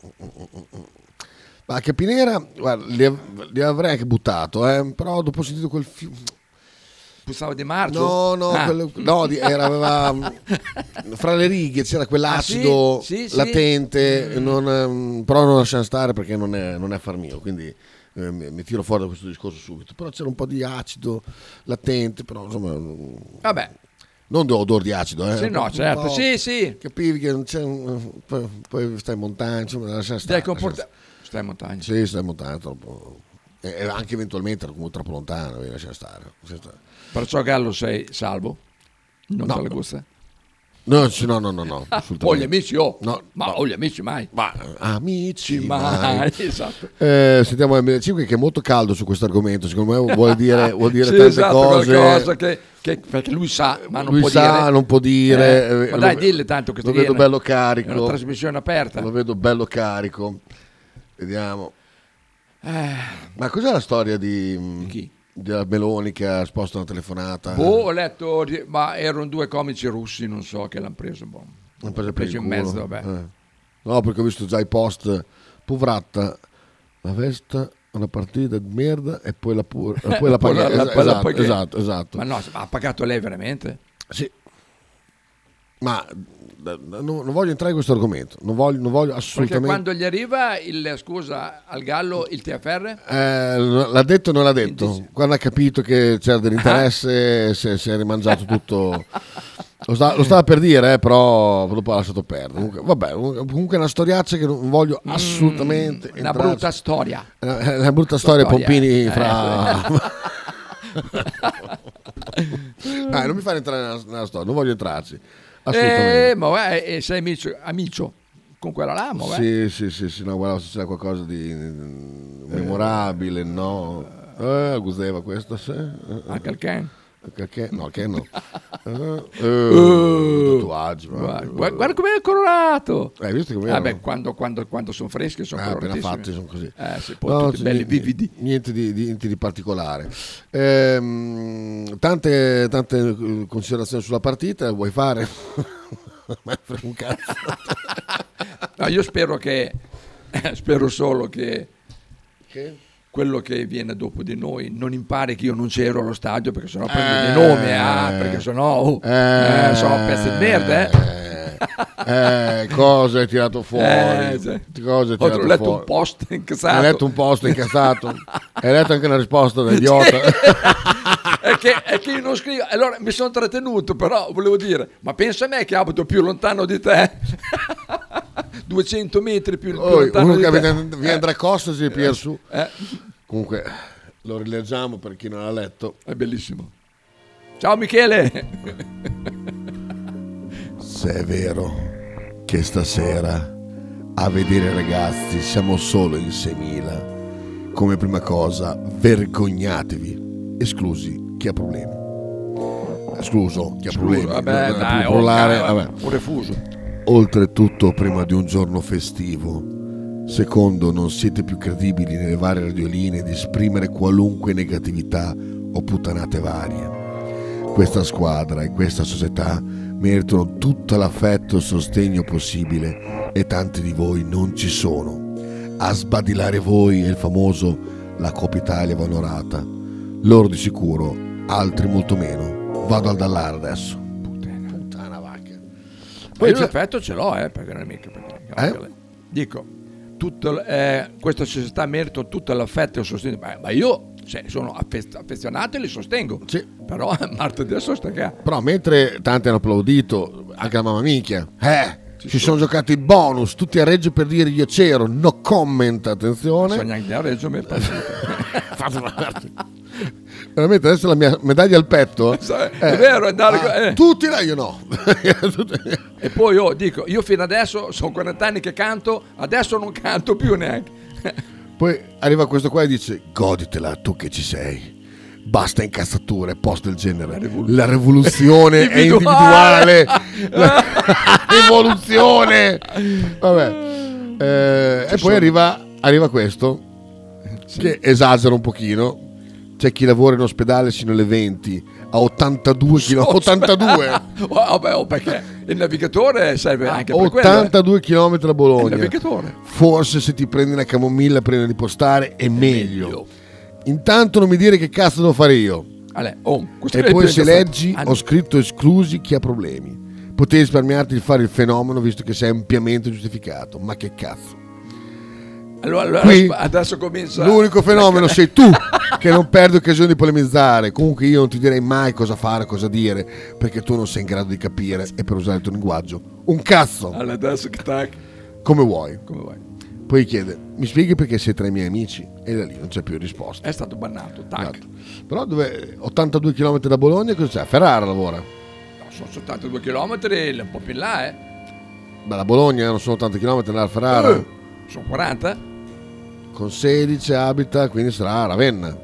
Ma Capinera, guarda, li, av- li avrei anche buttato, eh, però dopo ho sentito quel film. Puzzava di marcio? No, no, Ah. quello- no, di- era, aveva fra le righe c'era quell'acido Ah, sì? Sì, sì. latente, non, ehm, però non lasciamo stare perché non è, non è affar mio, quindi eh, mi, mi tiro fuori da questo discorso subito. Però c'era un po' di acido latente, però insomma. Vabbè. Non do odore di acido, eh. Sì, no, Un po', certo, sì, sì. Capivi che non c'è un, poi, poi stai in montagna, insomma, lascia stare. Dai, comporta- Stai in montagna. Sì, stai in montagna troppo. E e anche eventualmente era comunque troppo lontano, devi lasciare stare. lascia stare. Perciò Gallo sei salvo? Non No. te la gusta? No, sì, no, no, no, no, Ah, assolutamente. o gli amici, oh. No, Ma o gli amici mai. Ma amici mai. mai. Esatto. Eh, sentiamo M cinque che è molto caldo su questo argomento, secondo me vuol dire, vuol dire Sì, tante esatto, cose. qualcosa che, che- perché lui sa, ma non Lui può sa, dire. non può dire. Eh, ma Lo- dai, dille tanto che Lo sti vedo viene. bello carico. È una trasmissione aperta. Lo vedo bello carico. Vediamo. Eh, Ma cos'è la storia di, chi? della Meloni che ha spostato una telefonata? boh, ho letto, di- ma erano due comici russi, non so, che l'hanno preso. Boh. L'hanno preso per il in culo. mezzo, vabbè. Eh. No, perché ho visto già i post. Povratta, la Vesta, una partita di merda e poi la, pur- e poi la Poi paghi. la- la- poi la esatto, paghi. esatto, esatto. Ma no, ma ha pagato lei veramente? Sì. Ma da- da- non, non voglio entrare in questo argomento, non voglio, non voglio Perché assolutamente. quando gli arriva il, scusa, al Gallo il T F R? Eh, l'ha detto o non l'ha detto? Quando ha capito che c'era dell'interesse, si, è- si è rimangiato tutto. Lo, sta- lo stava per dire, eh, però dopo ha lasciato perdere. Comunque, vabbè, comunque è una storiaccia che non voglio assolutamente. Mm, una entrarci. brutta storia. È una, è una brutta storia, Storia, Pompini eh. fra. Dai, non mi fare entrare nella, nella storia, non voglio entrarci. Assolutamente. Eh, ma guarda, eh, sei amico, amico con quella là, ma guarda. Sì, sì, sì, sì, no, guardavo se c'era qualcosa di mm, memorabile, no. Eh, Guseva questo, sì. Anche il Ken? Anche il Ken, no, il Ken no. Uh, uh, tatuaggi, guarda, guarda, guarda com'è colorato. Hai visto come ah, beh, quando, quando, quando sono freschi sono ah, appena coloratissimi. fatti sono così. Eh, sì, poi no, tutti belli vividi. Niente di, di, niente di particolare. Ehm, tante, tante considerazioni sulla partita. Vuoi fare? Un cazzo. No, io spero che spero solo che, che quello che viene dopo di noi non impari che io non c'ero allo stadio, perché sennò prendo dei nomi, ah, perché sennò oh, eh, eh, sono pezzi di merda, eh. eh, cosa hai tirato fuori? Eh, cioè, cosa hai tirato ho letto fuori? un post incazzato. Hai letto un post incazzato? Hai letto anche una risposta da idiota? è, che, è che io non scrivo, allora mi sono trattenuto, però volevo dire, ma pensa a me che abito più lontano di te. duecento metri più, più oh, lontano uno di che te. viene eh. Andrea Costa si pier su. Eh. Comunque lo rileggiamo per chi non l'ha letto. È bellissimo. Ciao Michele. Se è vero che stasera a vedere i ragazzi siamo solo in seimila, come prima cosa vergognatevi, esclusi chi ha problemi. Escluso chi ha problemi. Vabbè, non dai, plurale, oh, vabbè. Un refuso. Oltretutto, prima di un giorno festivo, secondo, non siete più credibili nelle varie radioline di esprimere qualunque negatività o puttanate varie. Questa squadra e questa società meritano tutto l'affetto e il sostegno possibile e tanti di voi non ci sono. A sbadilare voi è il famoso la Coppa Italia va onorata. Loro di sicuro, altri molto meno. Vado al dallare adesso. Puttana. Puttana vacca. Poi io l'affetto ce l'ho, eh, perché non è mica. Perché, eh? Dico, tutto, eh, questa società merita tutto l'affetto e il sostegno. Ma, ma io cioè, sono affezionato e li sostengo. Sì. Però martedì adesso sta qua. Però mentre tanti hanno applaudito, anche la mamma minchia, eh, ci, ci sono giocati il bonus, tutti a Reggio per dire io c'ero, no comment, attenzione. Non so neanche a Reggio mi è veramente adesso la mia medaglia al petto, eh, è vero, andare ah, eh. tutti là, io no. E poi io dico, io fino adesso sono quaranta anni che canto, adesso non canto più neanche. Poi arriva questo qua e dice goditela tu che ci sei, basta incazzature, post del genere, la rivoluzione, la rivoluzione è individuale, la rivoluzione, vabbè. Eh, e poi arriva, arriva questo sì. Che esagera un pochino. C'è chi lavora in ospedale sino alle venti a ottantadue chilometri. ottantadue Vabbè, oh, perché il navigatore serve anche per ottantadue chilometri da Bologna. Il navigatore. Forse se ti prendi una camomilla prima di postare è, è meglio. meglio. Intanto non mi dire che cazzo devo fare io. Allora, oh, e poi se leggi ho scritto esclusi chi ha problemi. Potevi risparmiarti di fare il fenomeno visto che sei ampiamente giustificato. Ma che cazzo. Allora, allora Qui, adesso comincia. L'unico fenomeno sei tu che non perdi occasione di polemizzare. Comunque io non ti direi mai cosa fare, cosa dire, perché tu non sei in grado di capire e per usare il tuo linguaggio un cazzo. Allora, adesso che tac. Come vuoi. Come vuoi. Poi chiede, mi spieghi perché sei tra i miei amici? E da lì non c'è più risposta. È stato bannato, tac. Esatto. Però dove ottantadue chilometri da Bologna cosa c'è? Ferrara lavora. No, sono ottantadue chilometri, un po' più in là, eh. Beh, da Bologna non sono ottanta chilometri andare a Ferrara. Uh, sono quaranta. Con sedici abita, quindi sarà a Ravenna.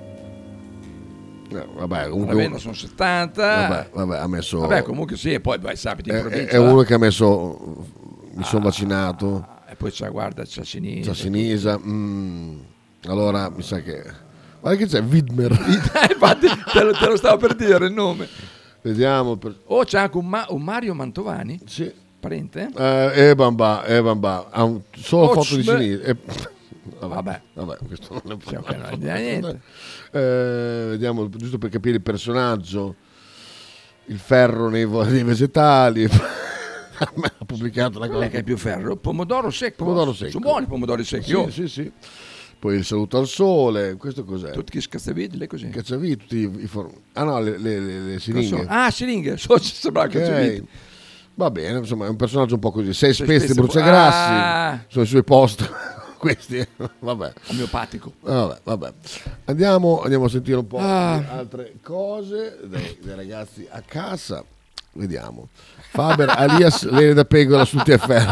Eh, vabbè, comunque Ravenna sono settanta. Vabbè, vabbè, ha messo. Vabbè, comunque sì, e poi vai, sapete in è, provincia. È uno che ha messo. Mi sono ah, vaccinato. E poi c'è, guarda, c'è Sinisa. C'è Sinisa. Mm, allora mi sa che. Guarda che c'è Widmer. Infatti, te lo, te lo stavo per dire il nome. Vediamo. Per... Oh, c'è anche un, Ma- un Mario Mantovani. Sì. Parente? Eh, e bamba, e bamba. Ha un solo oh, foto di Sinisa. E... Vabbè, vabbè, vabbè, questo non è okay, non niente. Eh, vediamo giusto per capire il personaggio. Il ferro nei, nei vegetali. Ha pubblicato una cosa. Che è più ferro? Pomodoro secco. Pomodoro secco. Sono buoni i pomodori secchi. Sì, oh. sì, sì. Poi il saluto al sole. Questo cos'è? Tutti che scazzavidi, così. Cacciaviti, tutti i, i form... Ah no, le, le, le, le siringhe. Ah, siringhe. So, sembra okay. Cacciaviti. Va bene, insomma, è un personaggio un po' così. Sei spezzi bruciagrassi. Ah. Sono i suoi post. Questi, vabbè. Omeopatico. Vabbè, vabbè. Andiamo, andiamo a sentire un po' ah. di altre cose dei, dei ragazzi a casa. Vediamo. Faber alias Lene da Pegola sul T F R.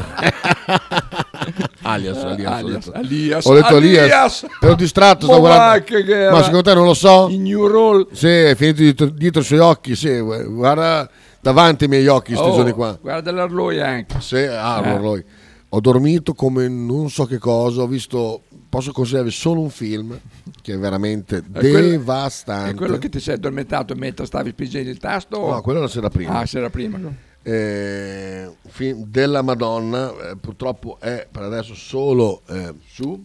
alias, alias, alias, ho detto, alias, ho detto alias. alias. Ero distratto, stavo guardando. Ma secondo te non lo so? In New Roll. Sì, è finito dietro, dietro i suoi occhi. Sì, guarda, davanti ai miei occhi questi Oh, giorni qua. guarda l'orologio anche. Sì, ah, Eh. l'orologio. Ho dormito come non so che cosa, ho visto, posso consigliare solo un film che è veramente quello- devastante. È quello che ti sei addormentato mentre stavi spingendo il tasto? No, quello la sera prima. Ah, sera prima. no? Eh, un film della Madonna, eh, purtroppo è per adesso solo eh, su,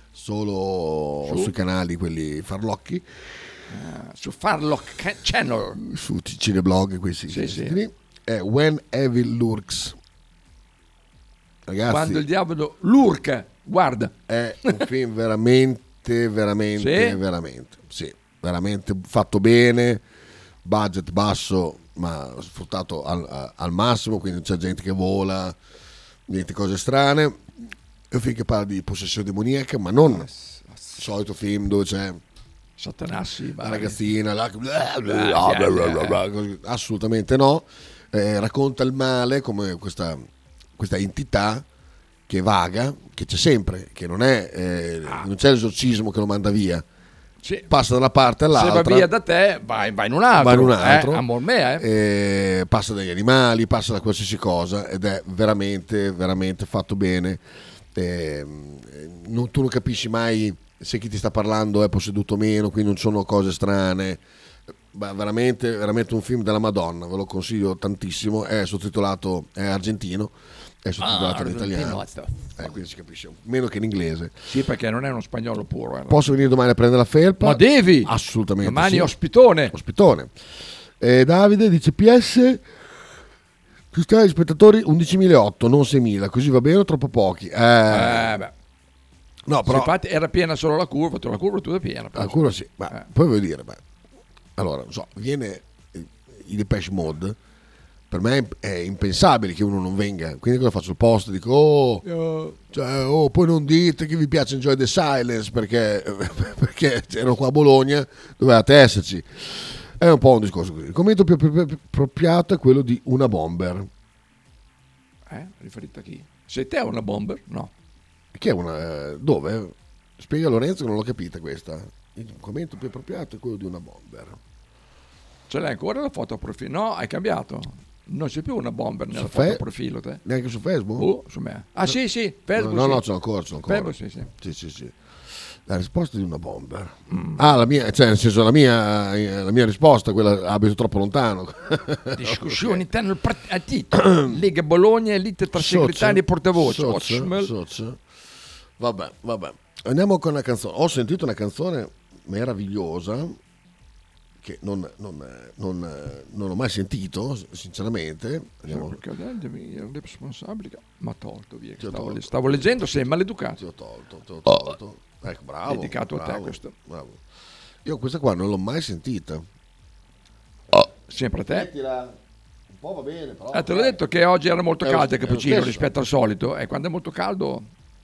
solo Su? sui canali quelli farlocchi, Ah, su Farlock Ca- Channel. su Cineblog, questi Sì, questi sì. lì. È When Evil Lurks. Ragazzi, Quando il diavolo lurca, guarda. è un film veramente, veramente, Sì? veramente, sì, veramente fatto bene, budget basso ma sfruttato al, a- al massimo, quindi c'è gente che vola, niente cose strane. È un film che parla di possessione demoniaca, ma non il solito film dove c'è Satanassi, la ragazzina, la- Ah, così. Assolutamente no. Eh, racconta il male come questa, questa entità che vaga, che c'è sempre, che non è eh, non c'è l'esorcismo che lo manda via, Sì. passa da una parte Se all'altra, va via da te, vai, vai in un altro. va in un altro, Eh? Amor me, eh? eh, passa dagli animali, passa da qualsiasi cosa ed è veramente, veramente fatto bene. Eh, non- tu non capisci mai se chi ti sta parlando è posseduto o meno, quindi non sono cose strane. Beh, veramente, veramente un film della Madonna, ve lo consiglio tantissimo. È sottotitolato, è argentino, è sottotitolato Ah, in italiano, argentino, eh, quindi si capisce meno che in inglese. Sì, perché non è uno spagnolo puro. eh. Posso venire domani a prendere la felpa? Ma devi! Assolutamente. Domani sì. ospitone. Ospitone. Eh, Davide dice P S. Più strani spettatori undicimilaotto, non seimila, così va bene o troppo pochi? Eh, Eh, beh. no, Sì, però infatti era piena solo la curva, tu la curva tutta piena. la curva sì, ma poi voglio dire, beh, allora, non so, viene eh, i Depeche Mode, per me è- è impensabile che uno non venga, quindi cosa faccio il post, dico, oh, cioè, oh, poi non dite che vi piace Enjoy the Silence, perché, perché ero qua a Bologna, dovevate esserci. È un po' un discorso così. Il commento più più- più appropriato è quello di una bomber. Eh, riferito a chi? Sei te una bomber? No. Che è una... eh, dove? Spiega Lorenzo che non l'ho capita questa. Il commento più appropriato è quello di una bomber. Ce l'hai ancora la foto a profilo? No, hai cambiato. Non c'è più una bomber nella Su foto Fe- a profilo te. Neanche su Facebook? Oh, su me. Ah, sì, sì, Facebook. No, sì. no, ce l'ho ancora, ce l'ho ancora. Facebook, sì, sì. Sì, sì, sì. La risposta di una bomber. Ah, la mia, cioè nel senso la mia, eh, la mia risposta, quella abito troppo lontano. Discussioni interne al partito. Lega Bologna, elite tra segretari e portavoce. Socia, Otsmel. socia. Vabbè, vabbè. Andiamo con una canzone. Ho sentito una canzone meravigliosa che non, non, non, non ho mai sentito, sinceramente. Andiamo. Responsabile. Ma tolto via. Ti ho Stavo, tolto. stavo leggendo, sei maleducato. Ti ho tolto, ti ho tolto. Ecco, bravo. Dedicato a te bravo, questo. bravo. Io questa qua non l'ho mai sentita. Sempre a te. Mettila. Un po' va bene, però. Eh, te l'ho detto che oggi era molto È lo- caldo il è lo cappuccino stesso. rispetto al solito. E quando è molto caldo,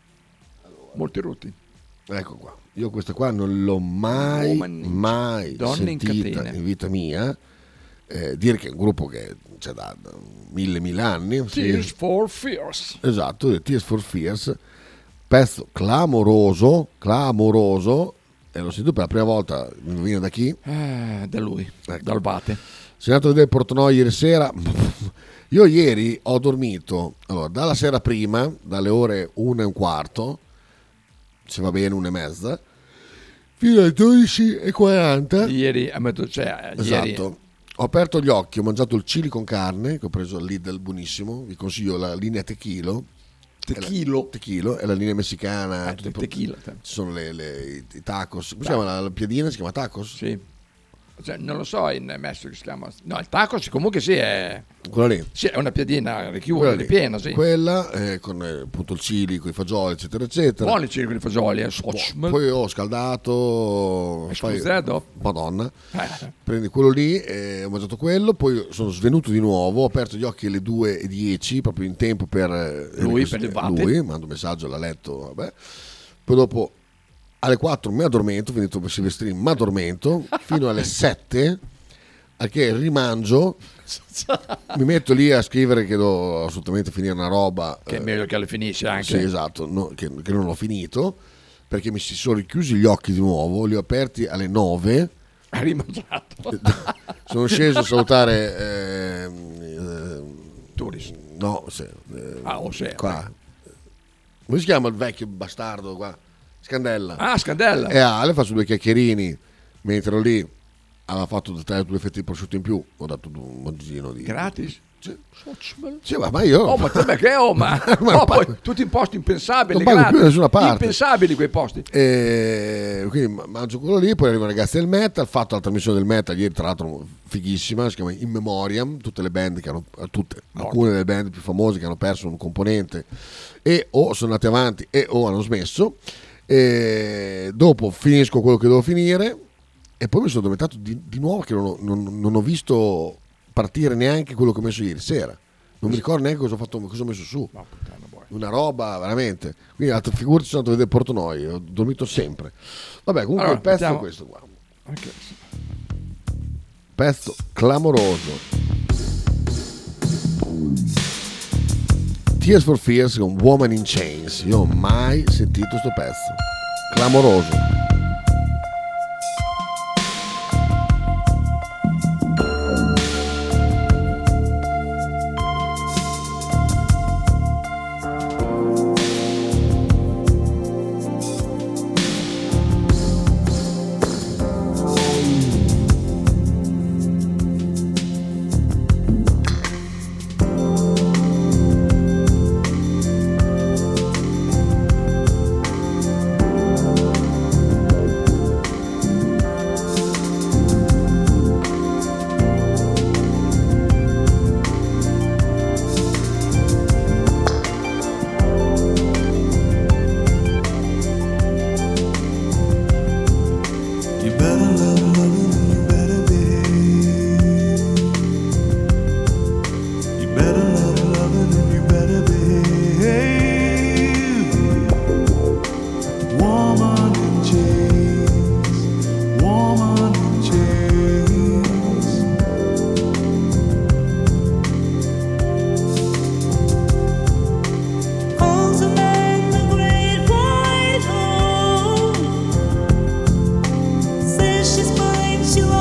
molti rutti. Ecco qua. Io questa qua non l'ho mai, Woman in- mai Donne in sentita catene. in vita mia. Eh, dire che è un gruppo che c'è da, da mille, mille anni. sì. Tears for Fears. Esatto, The Tears for Fears. Pezzo clamoroso, clamoroso. E l'ho sentito per la prima volta. Mi viene da chi? Eh, da lui, Ecco. dal Vate. Sono andato a vedere Portnoy ieri sera. Io ieri ho dormito allora, dalla sera prima, dalle ore una e un quarto, se va bene una e mezza, fino alle dodici e quaranta. Ieri, a metà, cioè, Esatto. ieri, Ho aperto gli occhi, ho mangiato il chili con carne, che ho preso al Lidl, buonissimo. Vi consiglio la linea Tequilo. Tequilo. Tequilo, è la linea messicana. Eh, tutte- tequila, Ci sono le, le- i, i tacos. Come si chiama la, la piadina? Si chiama tacos? Sì. Cioè, non lo so in Messico si chiama. No, il tacos comunque sì è. Quella lì. Sì, è una piadina richiusa, Quella lì. ripiena, sì. Quella eh, con eh, appunto il chili, con i fagioli, eccetera, eccetera. Buoni i chili con i fagioli, eh. Scotchman. Poi ho scaldato. Hai fai- scusato? Madonna. Eh. Prendi quello lì, eh, ho mangiato quello, poi sono svenuto di nuovo, ho aperto gli occhi alle due e dieci, proprio in tempo per eh, Lui, ric- per il Vate. lui, mando un messaggio, l'ha letto, vabbè. Poi dopo alle quattro mi addormento, finito per Silvestrini, mi addormento, fino alle sette, al che rimangio, mi metto lì a scrivere che devo assolutamente finire una roba. Che è meglio che le finisce anche. Sì, esatto, no, che, che non l'ho finito, perché mi si sono richiusi gli occhi di nuovo, li ho aperti alle nove. Hai rimangiato. Sono sceso a salutare eh, Turis. No, se, eh, Ah, o se, qua. Come si chiama il vecchio bastardo qua? Scandella. Ah, Scandella. E Ale fa su due chiacchierini, mentre ero lì aveva fatto tre due fetti di prosciutto in più, ho dato un mozzino di... Gratis? Sì. Sì, ma, ma io... Oh, ma te che oh, ma... Ma oh, pa- poi, tutti in posti impensabili, non pago gratis. più da nessuna parte. Impensabili quei posti. E quindi ma- mangio quello lì, poi arrivano i ragazzi del metal, fatto la trasmissione del metal ieri, tra l'altro fighissima, si chiama In Memoriam, tutte le band che hanno, tutte, alcune delle band più famose che hanno perso un componente e o sono andate avanti e o hanno smesso. E dopo finisco quello che devo finire e poi mi sono addormentato di, di nuovo che non ho, non, non ho visto partire neanche quello che ho messo ieri sera. Non mi ricordo neanche cosa ho fatto, cosa ho messo su. No, puttana, boy. Una roba veramente. Quindi altre figure sono andato a vedere Portnoy, ho dormito sempre. Vabbè, comunque Allora, il pezzo mettiamo- è questo qua. Ok. Pezzo clamoroso. Tears for Fears con Woman in Chains. Io non ho mai sentito sto pezzo. Clamoroso. You better love, love, you better behave. You better love, love, and you better behave. Woman in chains, woman in chains. Home to make the great white home. Says she's mine, she'll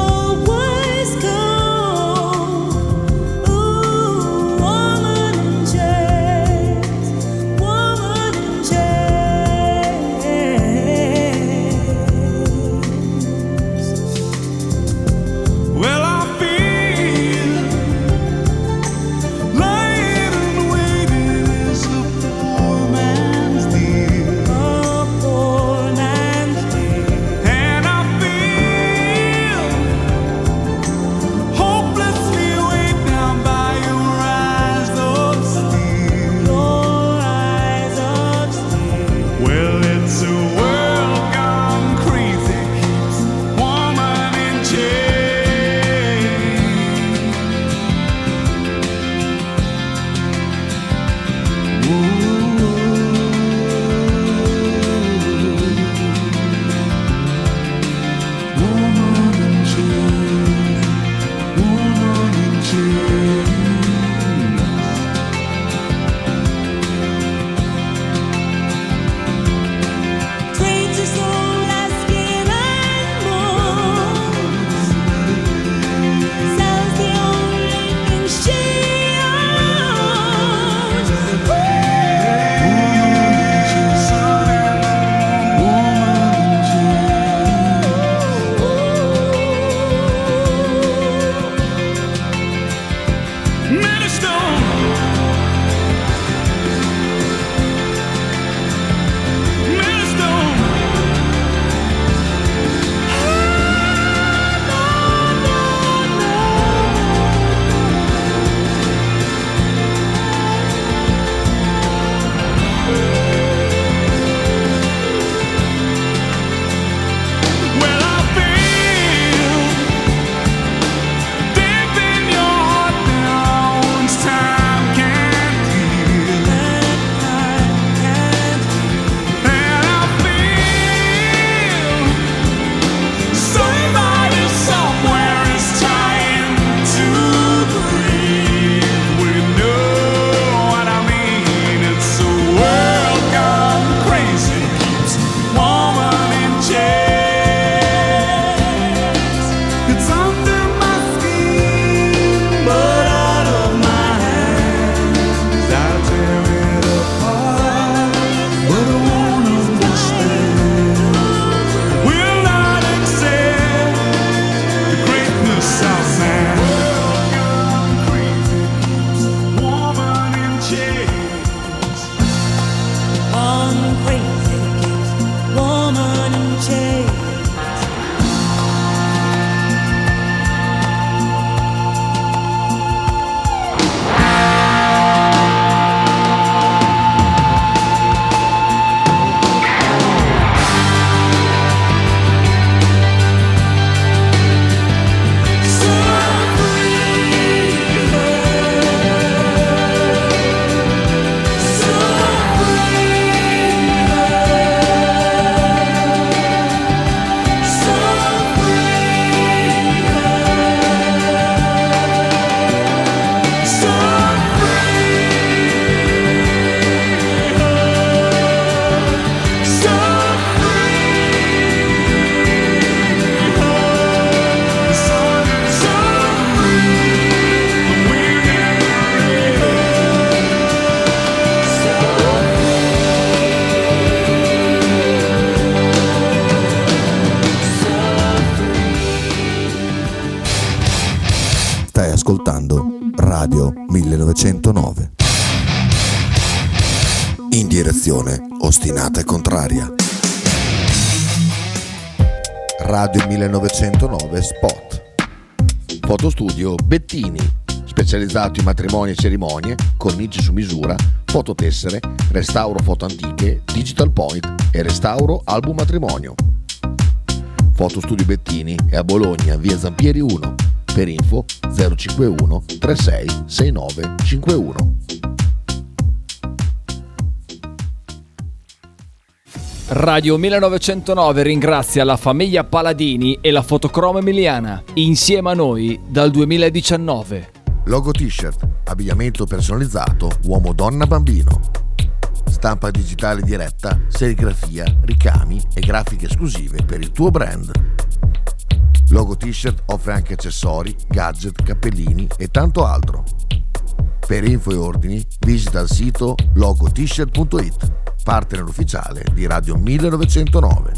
ascoltando Radio millenovecentonove. In direzione ostinata e contraria. Radio millenovecentonove Spot. Fotostudio Bettini, specializzato in matrimoni e cerimonie, cornici su misura, fototessere, restauro foto antiche, digital point e restauro album matrimonio. Fotostudio Bettini è a Bologna, via Zampieri uno. Per info zero cinquantuno trentasei sessantanove cinquantuno. Radio millenovecentonove ringrazia la famiglia Paladini e la Fotocromo Emiliana, insieme a noi dal duemiladiciannove. Logo t-shirt, abbigliamento personalizzato, uomo, donna, bambino. Stampa digitale diretta, serigrafia, ricami e grafiche esclusive per il tuo brand. Logo t-shirt offre anche accessori, gadget, cappellini e tanto altro. Per info e ordini visita il sito logo t shirt punto it, partner ufficiale di Radio millenovecentonove.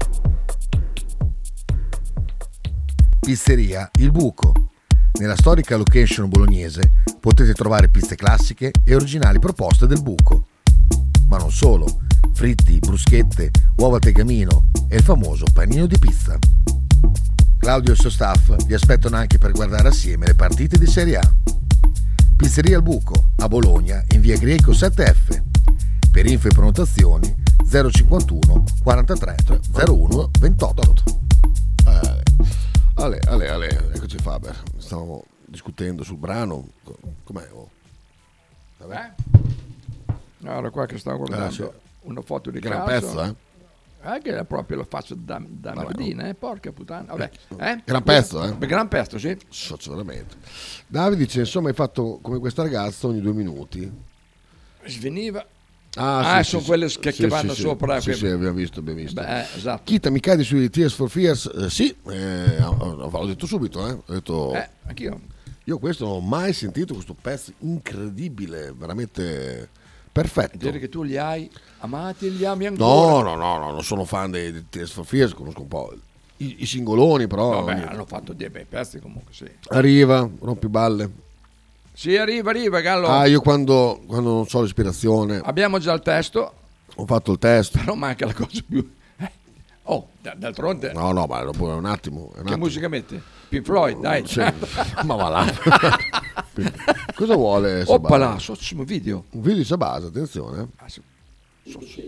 Pizzeria Il Buco. Nella storica location bolognese potete trovare pizze classiche e originali proposte del Buco. Ma non solo, fritti, bruschette, uova al tegamino e il famoso panino di pizza. Claudio e il suo staff vi aspettano anche per guardare assieme le partite di Serie A. Pizzeria Il Buco, a Bologna, in via Greco sette F. Per info e prenotazioni zero cinquantuno quarantatré zero uno ventotto. Eh, Ale, Ale, Ale, eccoci Faber. Stavamo discutendo sul brano. Com'è? Oh. Vabbè. No, era qua che stavo guardando Eh, sì. una foto di Gran caso. pezzo, eh? Eh, che è proprio lo faccio da, da Mardina, eh? Porca puttana. Vabbè, eh? Gran pezzo, eh? Beh, gran pezzo, sì. Socio, veramente. Davide dice, insomma, hai fatto come questa ragazza ogni due minuti. Sveniva. Ah, Ah, sì, sono sì, quelle sì, che, sì, che vanno sì, sopra. Sì, che- sì, abbiamo visto, abbiamo visto. Beh, esatto. Chita, mi cadi sui Tears for Fears? Eh, sì, eh, l'ho detto subito, eh. Ho detto, Eh, anch'io. Io questo non ho mai sentito, questo pezzo incredibile, veramente perfetto. Dire che tu li hai amati e li ami ancora. No, no, no, no, non sono fan dei, dei Tears for Fears, conosco un po' i, i singoloni, però. Vabbè, hanno fatto dei bei pezzi comunque, sì. Arriva, rompiballe. Sì, arriva, arriva, Gallo. Ah, io quando, quando non so l'ispirazione, Abbiamo già il testo, ho fatto il test. però manca la cosa più... eh. Oh, d- d'altronde, No, no, ma dopo è un attimo. È un che attimo. musica metti? Pink Floyd, dai. Sì, ma va là. Cosa vuole Sabasa? Oppala, socio video. Un video di Sabasa, attenzione. Ah, sì. Socio.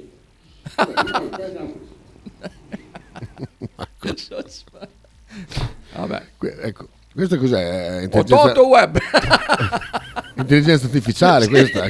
Vabbè. Que- ecco, questo cos'è? È Ototo web. Intelligenza artificiale questa.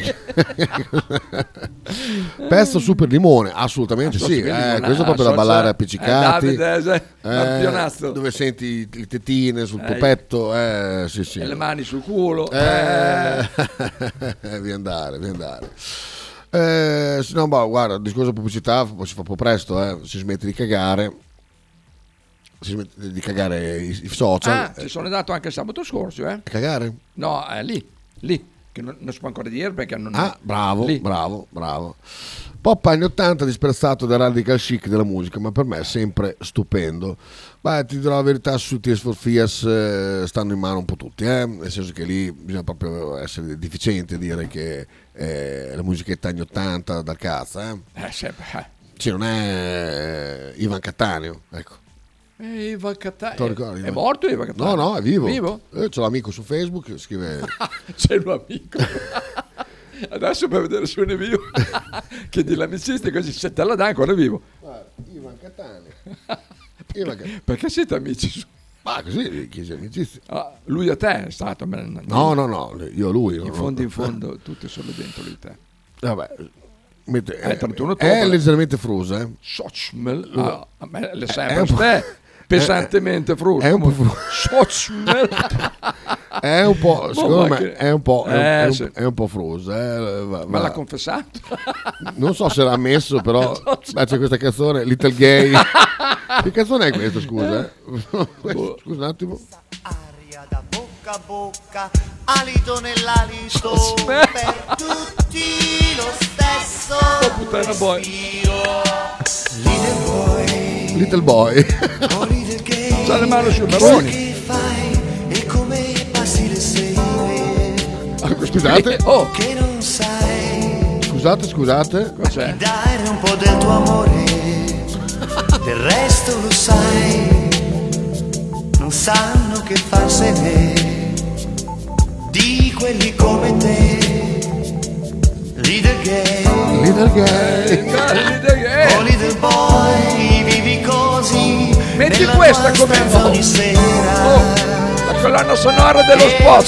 Pezzo super limone, assolutamente sì. Super Eh, limone, questo è proprio da ah, ballare so- appiccicati. eh, Davide, eh, Eh, campionazzo. dove senti le tetine sul tuo Eh. petto. Eh, sì, sì. E le mani sul culo. Eh, Eh. vi andare, vi andare. Eh, sì, no, ma guarda, il discorso pubblicità poi si fa un po' presto, eh. Si smette di cagare. Si smette di cagare i, i social. Ah, ci sono andato anche sabato scorso, eh? Cagare? No, è lì, lì, che non, non si può ancora dire perché non... Ah, bravo, lì. bravo, bravo. Pop anni ottanta, disprezzato dal radical chic della musica, ma per me è sempre stupendo. Beh, ti dirò la verità, su Tears for Fears eh, stanno in mano un po' tutti, eh? Nel senso che lì bisogna proprio essere deficienti a dire che eh, la musichetta anni ottanta dal cazzo, eh? Eh, sempre, eh. Sì, non è eh, Ivan Cattaneo, ecco. Eh, Ivan Cattaneo. Te lo ricordi? È morto Ivan Cattaneo? No, no, è vivo. Vivo? Eh, c'ho l'amico su Facebook che scrive... C'è un amico. Adesso per vedere se non è vivo. Chiedi l'amicizia così se te la dà ancora è vivo. Guarda, Ivan Cattaneo. Ivan Cattaneo. Perché siete amici? su- Ma così, chiesi amicizia. Ah, lui a te è stato. ma- No, no, no, io a lui. In no, fondo, no. in fondo, tutti sono dentro di te. Vabbè, mette- Eh, è, trentuno è ottobre. leggermente frusa, eh. Sochmel. Ah, a me le È sempre un po'- ste, pesantemente fruso. È un po' Sochmel. È un po', secondo ma me, che- è un po', è un, Eh, è un- sì. è un po' frusa. eh, va- Ma va- l'ha confessato? Non so se l'ha ammesso, però beh, c'è questa canzone, Little Gay. Che canzone è questa, scusa? eh? Scusa un attimo. Bocca a bocca, alito nell'alito, per tutti lo stesso Oh, puttana boy. Little boy, Little Boy. oh little gay, C'ha le mani sui chissà baroni. che fai e come passi le sere. scusate. Oh, che non sai Scusate, scusate. cos'è? dare un po' del tuo amore, del resto lo sai, non sanno che farsene di quelli come te. Little gay, Little gay. Little gay. oh little boy, vivi così. Metti nella questa tua come stanza oh, ogni sera. oh, la colonna sonora dello E spot.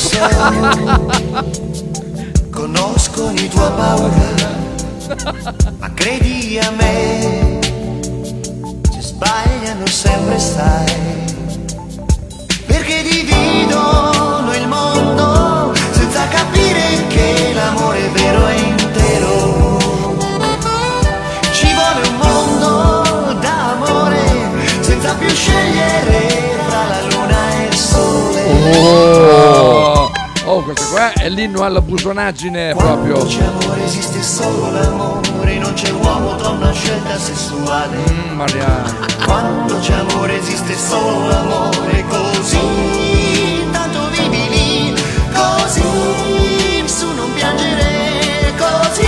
so, conoscono i tuoi paura, ma credi a me, se sbagliano sempre sai, perché dividono il mondo senza capire che l'amore vero è intero. Ci vuole un mondo d'amore senza più scegliere tra la luna e il sole. Oh, oh, questo qua è l'inno alla busonaggine proprio. Quando c'è amore esiste solo l'amore, non c'è uomo, donna, scelta sessuale. Mm, Mariano. Quando c'è amore esiste solo l'amore, così tanto vivi lì, così su non piangere, così.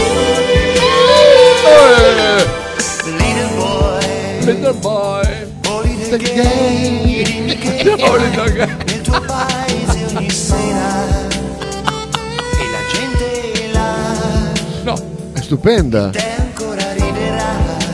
Little boy, Little boy, oh little gay, dimmi che oh, little gay. nel tuo paese ogni sera e la gente là No, È stupenda. te ancora riderà,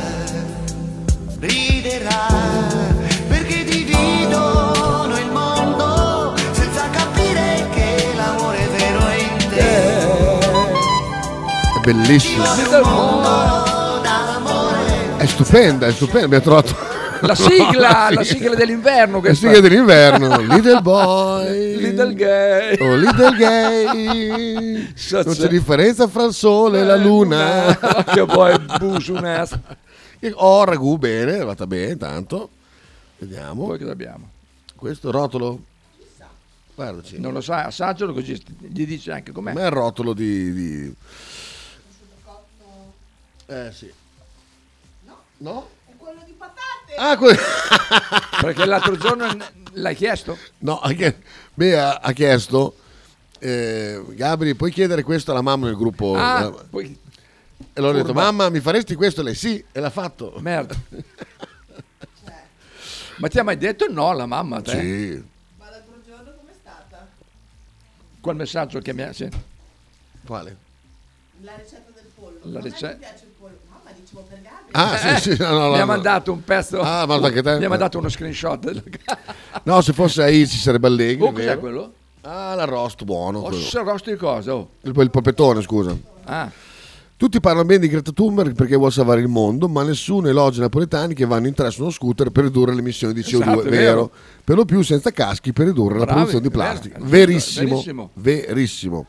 riderà, perché dividono il mondo senza capire che l'amore vero è in te. È bellissima. Little boy. D'amore, È stupenda, è stupenda. Abbiamo trovato La sigla, la sigla dell'inverno la questa. sigla dell'inverno. Little boy. Little gay. Oh, little gay. Cazzo. Non c'è differenza fra il sole e la luna. Che poi busunas. Oh, ragù, bene, è andata bene, tanto. Vediamo. Poi cosa abbiamo? Questo rotolo. Guardaci. Non lo sa, assaggialo così gli dice anche com'è. Ma è il rotolo di, di... Eh sì. No? È quello di patate. Ah, que- Perché l'altro giorno l'hai chiesto? no, ha chie- beh, ha, ha chiesto eh, Gabri, puoi chiedere questo alla mamma nel gruppo? Ah, Eh, poi e l'ho detto, furba. mamma, mi faresti questo? E lei sì, e l'ha fatto. merda. Ma ti ha mai detto no la mamma a te? Sì. Ma l'altro giorno com'è stata? Quel messaggio che mi ha... Sì. Quale? La ricetta del pollo. La A me ricetta- mi piace il pollo. Mamma, dicevo per Gabi. Ah, sì, sì, no, no, mi no, ha no. mandato un pezzo. Ah, ma anche te? Mi ha mandato uno screenshot. No, se fosse AI ci sarebbe Allegri. Oh, è cos'è vero. quello? Ah, l'arrosto buono. Oh, quello. se rosto di cosa? Oh. Il, il polpettone, scusa. Ah. Tutti parlano bene di Greta Thunberg perché vuole salvare il mondo, ma nessuno elogia i napoletani che vanno in tre su uno scooter per ridurre le emissioni di C O due. Esatto, è vero. vero. Per lo più senza caschi per ridurre la Bravi, produzione di è vero, plastica. è giusto, Verissimo. verissimo.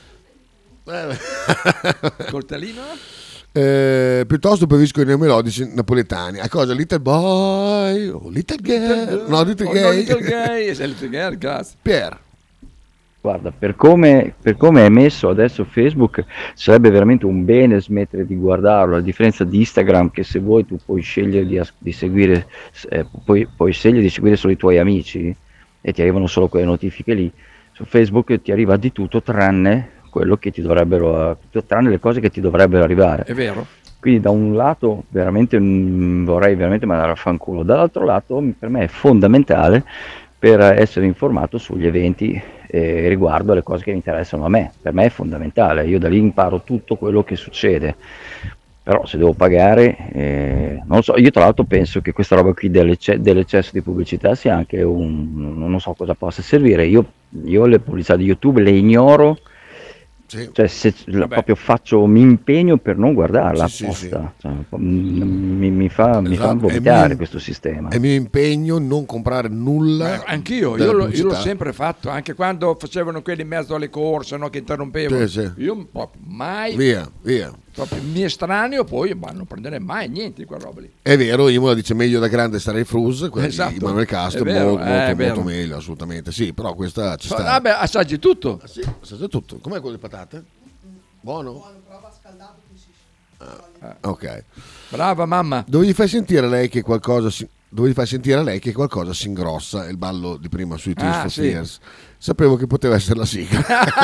Verissimo. Coltellino? Eh, piuttosto preferisco i neomelodici napoletani. A cosa? Little boy? Oh, little girl? No, little Oh, gay. no, little gay. È little gay, grazie. Pier. Guarda, per come, per come è messo adesso Facebook, sarebbe veramente un bene smettere di guardarlo, a differenza di Instagram, che se vuoi tu puoi scegliere di, as- di seguire, eh, puoi, puoi scegliere di seguire solo i tuoi amici e ti arrivano solo quelle notifiche lì. Su Facebook ti arriva di tutto tranne quello che ti dovrebbero, tranne le cose che ti dovrebbero arrivare. È vero. Quindi da un lato veramente mm, vorrei veramente mandare a fanculo, dall'altro lato m- per me è fondamentale per essere informato sugli eventi eh, riguardo alle cose che mi interessano a me. Per me è fondamentale, io da lì imparo tutto quello che succede. Però se devo pagare, eh, non lo so, io tra l'altro penso che questa roba qui dell'ecce- dell'eccesso di pubblicità sia anche un, non so cosa possa servire. Io, io le pubblicità di YouTube le ignoro. Sì. Cioè se la- proprio faccio, mi impegno per non guardarla Sì, sì, apposta. Cioè, mm, mi, mi fa, mi fa Esatto, vomitare e mi- questo sistema. È mio impegno non comprare nulla. Eh, anch'io, della io, lo- io l'ho pubblicità. sempre fatto, anche quando facevano quelli in mezzo alle corse, no, che interrompevano. Sì, sì. Io proprio mai, Via, via. proprio mi estraneo, poi ma non prendere mai niente di quella roba lì. È vero, Imola dice meglio da grande stare in Frus, quello Esatto. di Manuel Castro, È vero, molto, eh, molto, è vero. molto meglio, assolutamente. Sì, però questa ci Ma, sta. vabbè, assaggi tutto. Ah, sì, assaggia tutto. Com'è quello di patate? Buono? Ah, ok. Brava mamma. Dove gli fai sentire lei che qualcosa si... dovevi far sentire a lei che qualcosa si ingrossa, è il ballo di prima sui Tears Ah, for sì. Fears. Sapevo che poteva essere la sigla.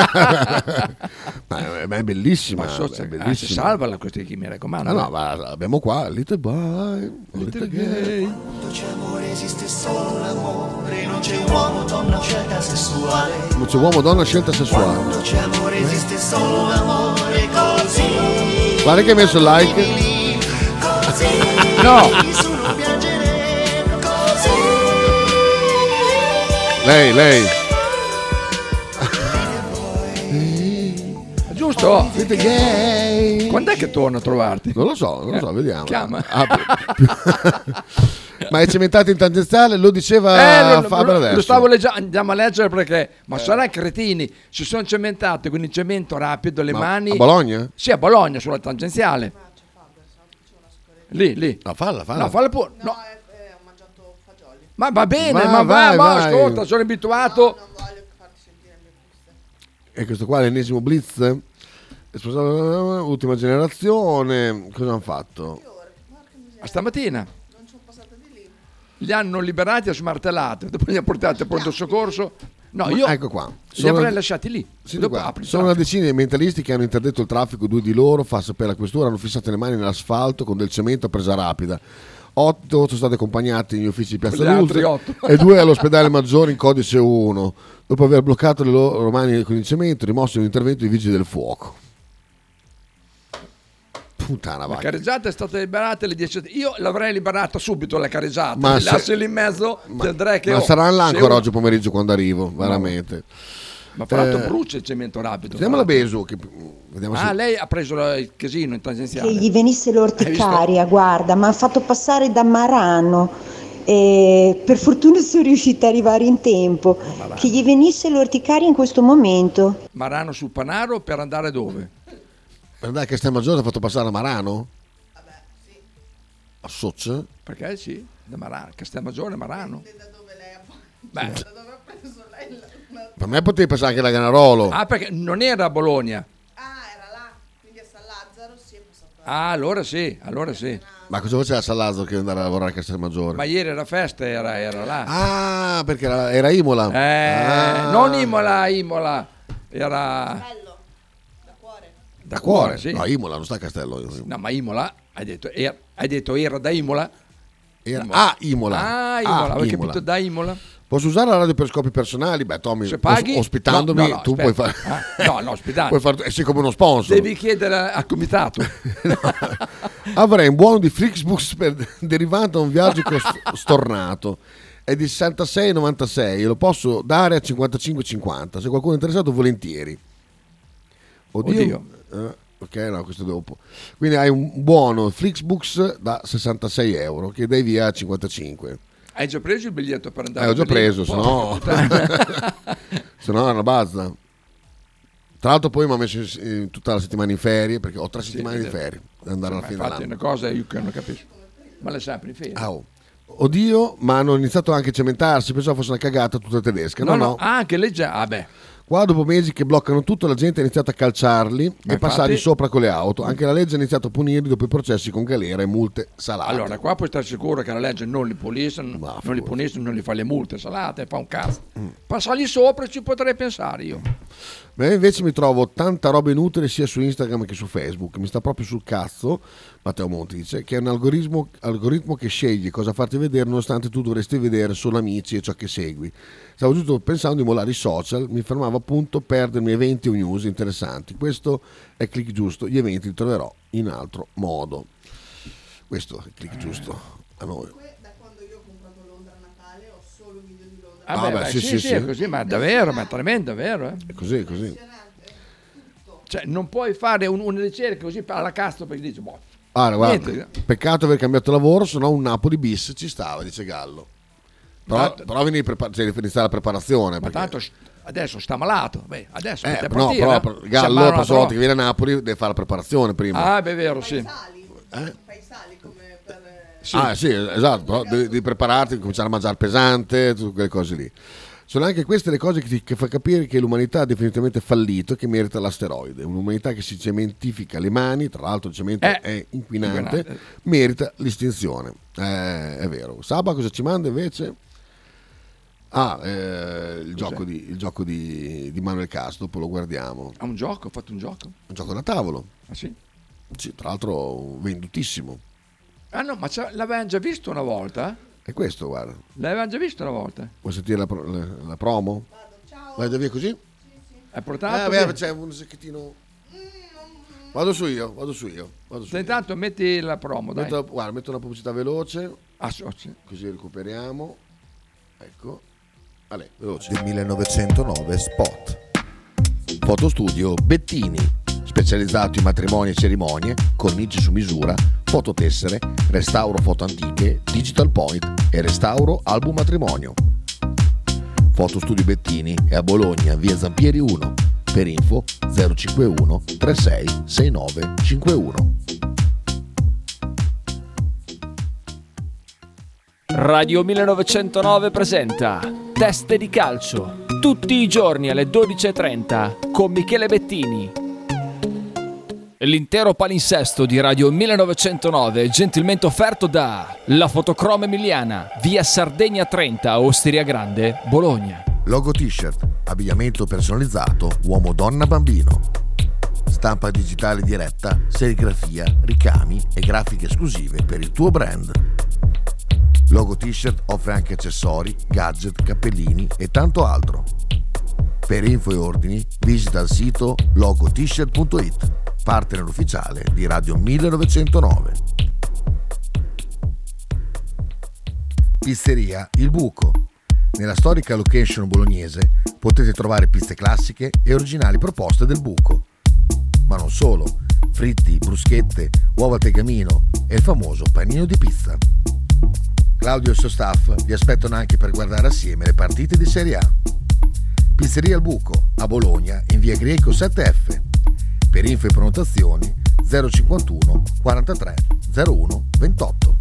ma, ma è bellissima, Ma so, è se- ah, si bellissima. salvala questi che mi raccomando. Ah, no, ma abbiamo qua Little Boy, Little Gay. Quando c'è amore esiste solo l'amore, non c'è uomo, donna, scelta sessuale. Non c'è uomo, donna, scelta sessuale. Quando c'è amore esiste solo l'amore, così. Guarda che hai messo il like. Così. No. Nessuno piangere, così. Lei, lei. Giusto? Siete gay. Quando è che torna a trovarti? Non lo so, non lo so, Eh, vediamo. chiama. Ah, più- ma è cementato in tangenziale? Lo diceva Eh, lo, Faber lo- adesso. lo stavo leggendo, andiamo a leggere perché, ma saranno cretini, si sono cementate con il cemento rapido le Ma mani. a Bologna? Sì, a Bologna, sulla tangenziale. Lì, lì. No, falla, falla. No, falla pure. No. Ma va bene, Vai, ma va, vai, ma vai. ascolta, sono abituato. E questo qua è l'ennesimo blitz. Sposato- Ultima generazione. Cosa hanno fatto? A stamattina. Li hanno liberati a smartellate, dopo li ha portati a pronto soccorso. No, Ma io ecco qua. li Sono- avrei lasciati lì. Senti Dopo qua, apri il sono una traffico. decina di mentalisti che hanno interdetto il traffico, due di loro, fa sapere la questura, hanno fissato le mani nell'asfalto con del cemento a presa rapida. Otto sono stati accompagnati negli uffici di Piazza Gli altri Luz otto. e due all'ospedale Maggiore in codice uno. Dopo aver bloccato le loro mani con il cemento, rimosso l'intervento dei vigili del fuoco. Puttana La vacca. carreggiata è stata liberata alle dieci. Io l'avrei liberata subito la carreggiata. Ma Ma se- lasci lì in mezzo, vedrai che Ma ho- saranno là se ancora uno- oggi pomeriggio quando arrivo, veramente. Ma fra l'altro Eh, brucia il cemento rapido. Vediamo la fra l'altro. Besu. Che, vediamo Ah, se... lei ha preso la- il casino in tangenziale. Che gli venisse l'orticaria, Hai guarda, mi ha fatto passare da Marano e per fortuna sono riuscita ad arrivare in tempo. Che gli venisse l'orticaria in questo momento. Marano sul Panaro per andare dove? Per andare a Castelmaggiore ti ha fatto passare a Marano? A Soc? Perché sì, da Marano, Castelmaggiore, Marano. Beh, Per me potevi passare anche la Ganarolo. ah, perché non era a Bologna. Ah, allora sì, allora sì. Ma cosa faceva San Lazzaro che andare a lavorare a Castelmaggiore? Ma ieri era festa, era, era là. Ah, perché era, era Imola. Eh, Ah. non Imola, Imola. Era Da cuore? sì. No, Imola, non sta a Castello. No, ma Imola, hai detto, era, hai detto era da Imola? Era- Ah, Imola. Ah, Imola, Ah, avevi Imola. capito da Imola? Posso usare la radio per scopi personali? Beh, Tommy, Se paghi? os- ospitandomi, No, no, no, tu aspetta. puoi fare... Ah, no, no, ospitando. puoi fare... eh, sei come uno sponsor. Devi chiedere al comitato. Avrei un buono di Flixbus per... derivante da un viaggio che ho st- stornato. È di sessantasei virgola novantasei e lo posso dare a cinquantacinque virgola cinquanta. Se qualcuno è interessato, volentieri. Oddio. Oddio. Eh, ok, no, questo dopo. Quindi hai un buono Flixbus da sessantasei euro che dai via a cinquantacinque. Hai già preso il biglietto per andare Eh, ho già a Berlino? preso, se Porca no... puttana. se no è una bazza. Tra l'altro poi mi ha messo in- tutta la settimana in ferie, perché ho tre settimane di eh. ferie da andare alla Ma fine infatti è dell'anno. una cosa io che non capisco. Ma le sempre in ferie. Ah, oh. Oddio, ma hanno iniziato anche a cementarsi, pensavo fosse una cagata tutta tedesca. No, No, no. no, ah, anche lei già. Ah, beh. Qua dopo mesi che bloccano tutto, la gente ha iniziato a calciarli Ma e passargli infatti- sopra con le auto. Anche la legge ha iniziato a punirli dopo i processi con galera e multe salate. Allora, qua puoi stare sicuro che la legge non li pulisce, non li punisce, non li fa le multe salate, fa un cazzo. Mm. Passargli sopra ci potrei pensare io. Beh, invece mi trovo tanta roba inutile sia su Instagram che su Facebook. Mi sta proprio sul cazzo, Matteo Monti dice, che è un algoritmo, algoritmo che sceglie cosa farti vedere nonostante tu dovresti vedere solo amici e ciò che segui. Stavo giusto pensando di mollare i social, mi fermavo appunto a perdermi eventi o news interessanti. Questo è click giusto, gli eventi li troverò in altro modo. Questo è click giusto a noi. Ah, Ah, beh, beh, beh, sì, sì, sì, sì, sì. è così, ma davvero, ma è tremendo, è vero. Eh? È così, è così. Cioè, non puoi fare un- una ricerca così alla cazzo perché dici, boh, Guarda, guarda, niente. peccato aver cambiato lavoro, se no un Napoli bis ci stava, dice Gallo. Però, Tanto- però vieni prepa- cioè, devi iniziare la preparazione. Ma perché- tanto st- adesso sta malato, beh, adesso Eh, potete no, partire, però eh. per- Si Gallo ammala la una prossima volta che prova. viene a Napoli deve fare la preparazione prima. Ah, beh, è vero, sì. Sì. Ah sì, esatto, però devi, devi prepararti, cominciare a mangiare pesante, tutte quelle cose lì. Sono anche queste le cose che, ti, che fa capire che l'umanità ha definitivamente fallito e che merita l'asteroide. Un'umanità che si cementifica le mani, tra l'altro il cemento Eh, è inquinante, inquinante. merita l'estinzione. Eh, è vero. Saba cosa ci manda invece? Ah, eh, il, gioco di, il gioco di, di Manuel Cas, dopo lo guardiamo. Ha un gioco, ha fatto un gioco. Un gioco da tavolo. Ah sì? Sì, tra l'altro vendutissimo. Ah no, ma c'è- l'avevamo già visto una volta? È questo, guarda. L'avevamo già visto una volta. Vuoi sentire la, pro- la- la promo? Vai da via così? È portato? Eh, beh, via? c'è un secchettino. Vado su io, vado su io. Vado su Se io. intanto metti la promo, dai. Metto, guarda, metto una pubblicità veloce. Ah, so, sì. Così recuperiamo. Ecco. Allora, veloce. Del millenovecentonove Spot. Fotostudio Bettini, specializzato in matrimoni e cerimonie, cornici su misura, fototessere, restauro foto antiche, digital point e restauro album matrimonio. Fotostudio Bettini è a Bologna, via Zampieri uno. Per info zero cinquantuno trentasei sessantanove cinquantuno. Radio millenovecentonove presenta Teste di calcio, tutti i giorni alle dodici e trenta con Michele Bettini. L'intero palinsesto di Radio millenovecentonove è gentilmente offerto da La Fotocroma Emiliana, via Sardegna trenta, Osteria Grande, Bologna. Logo t-shirt, abbigliamento personalizzato, uomo, donna, bambino. Stampa digitale diretta, serigrafia, ricami e grafiche esclusive per il tuo brand. Logo t-shirt offre anche accessori, gadget, cappellini e tanto altro. Per info e ordini visita il sito logo t shirt punto it, partner ufficiale di Radio millenovecentonove. Pizzeria Il Buco. Nella storica location bolognese potete trovare pizze classiche e originali proposte del buco. Ma non solo, fritti, bruschette, uova al tegamino e il famoso panino di pizza. Claudio e il suo staff vi aspettano anche per guardare assieme le partite di Serie A. Pizzeria Il Buco, a Bologna, in via Greco sette F. Per info e prenotazioni zero cinquantuno quarantatré zero uno ventotto.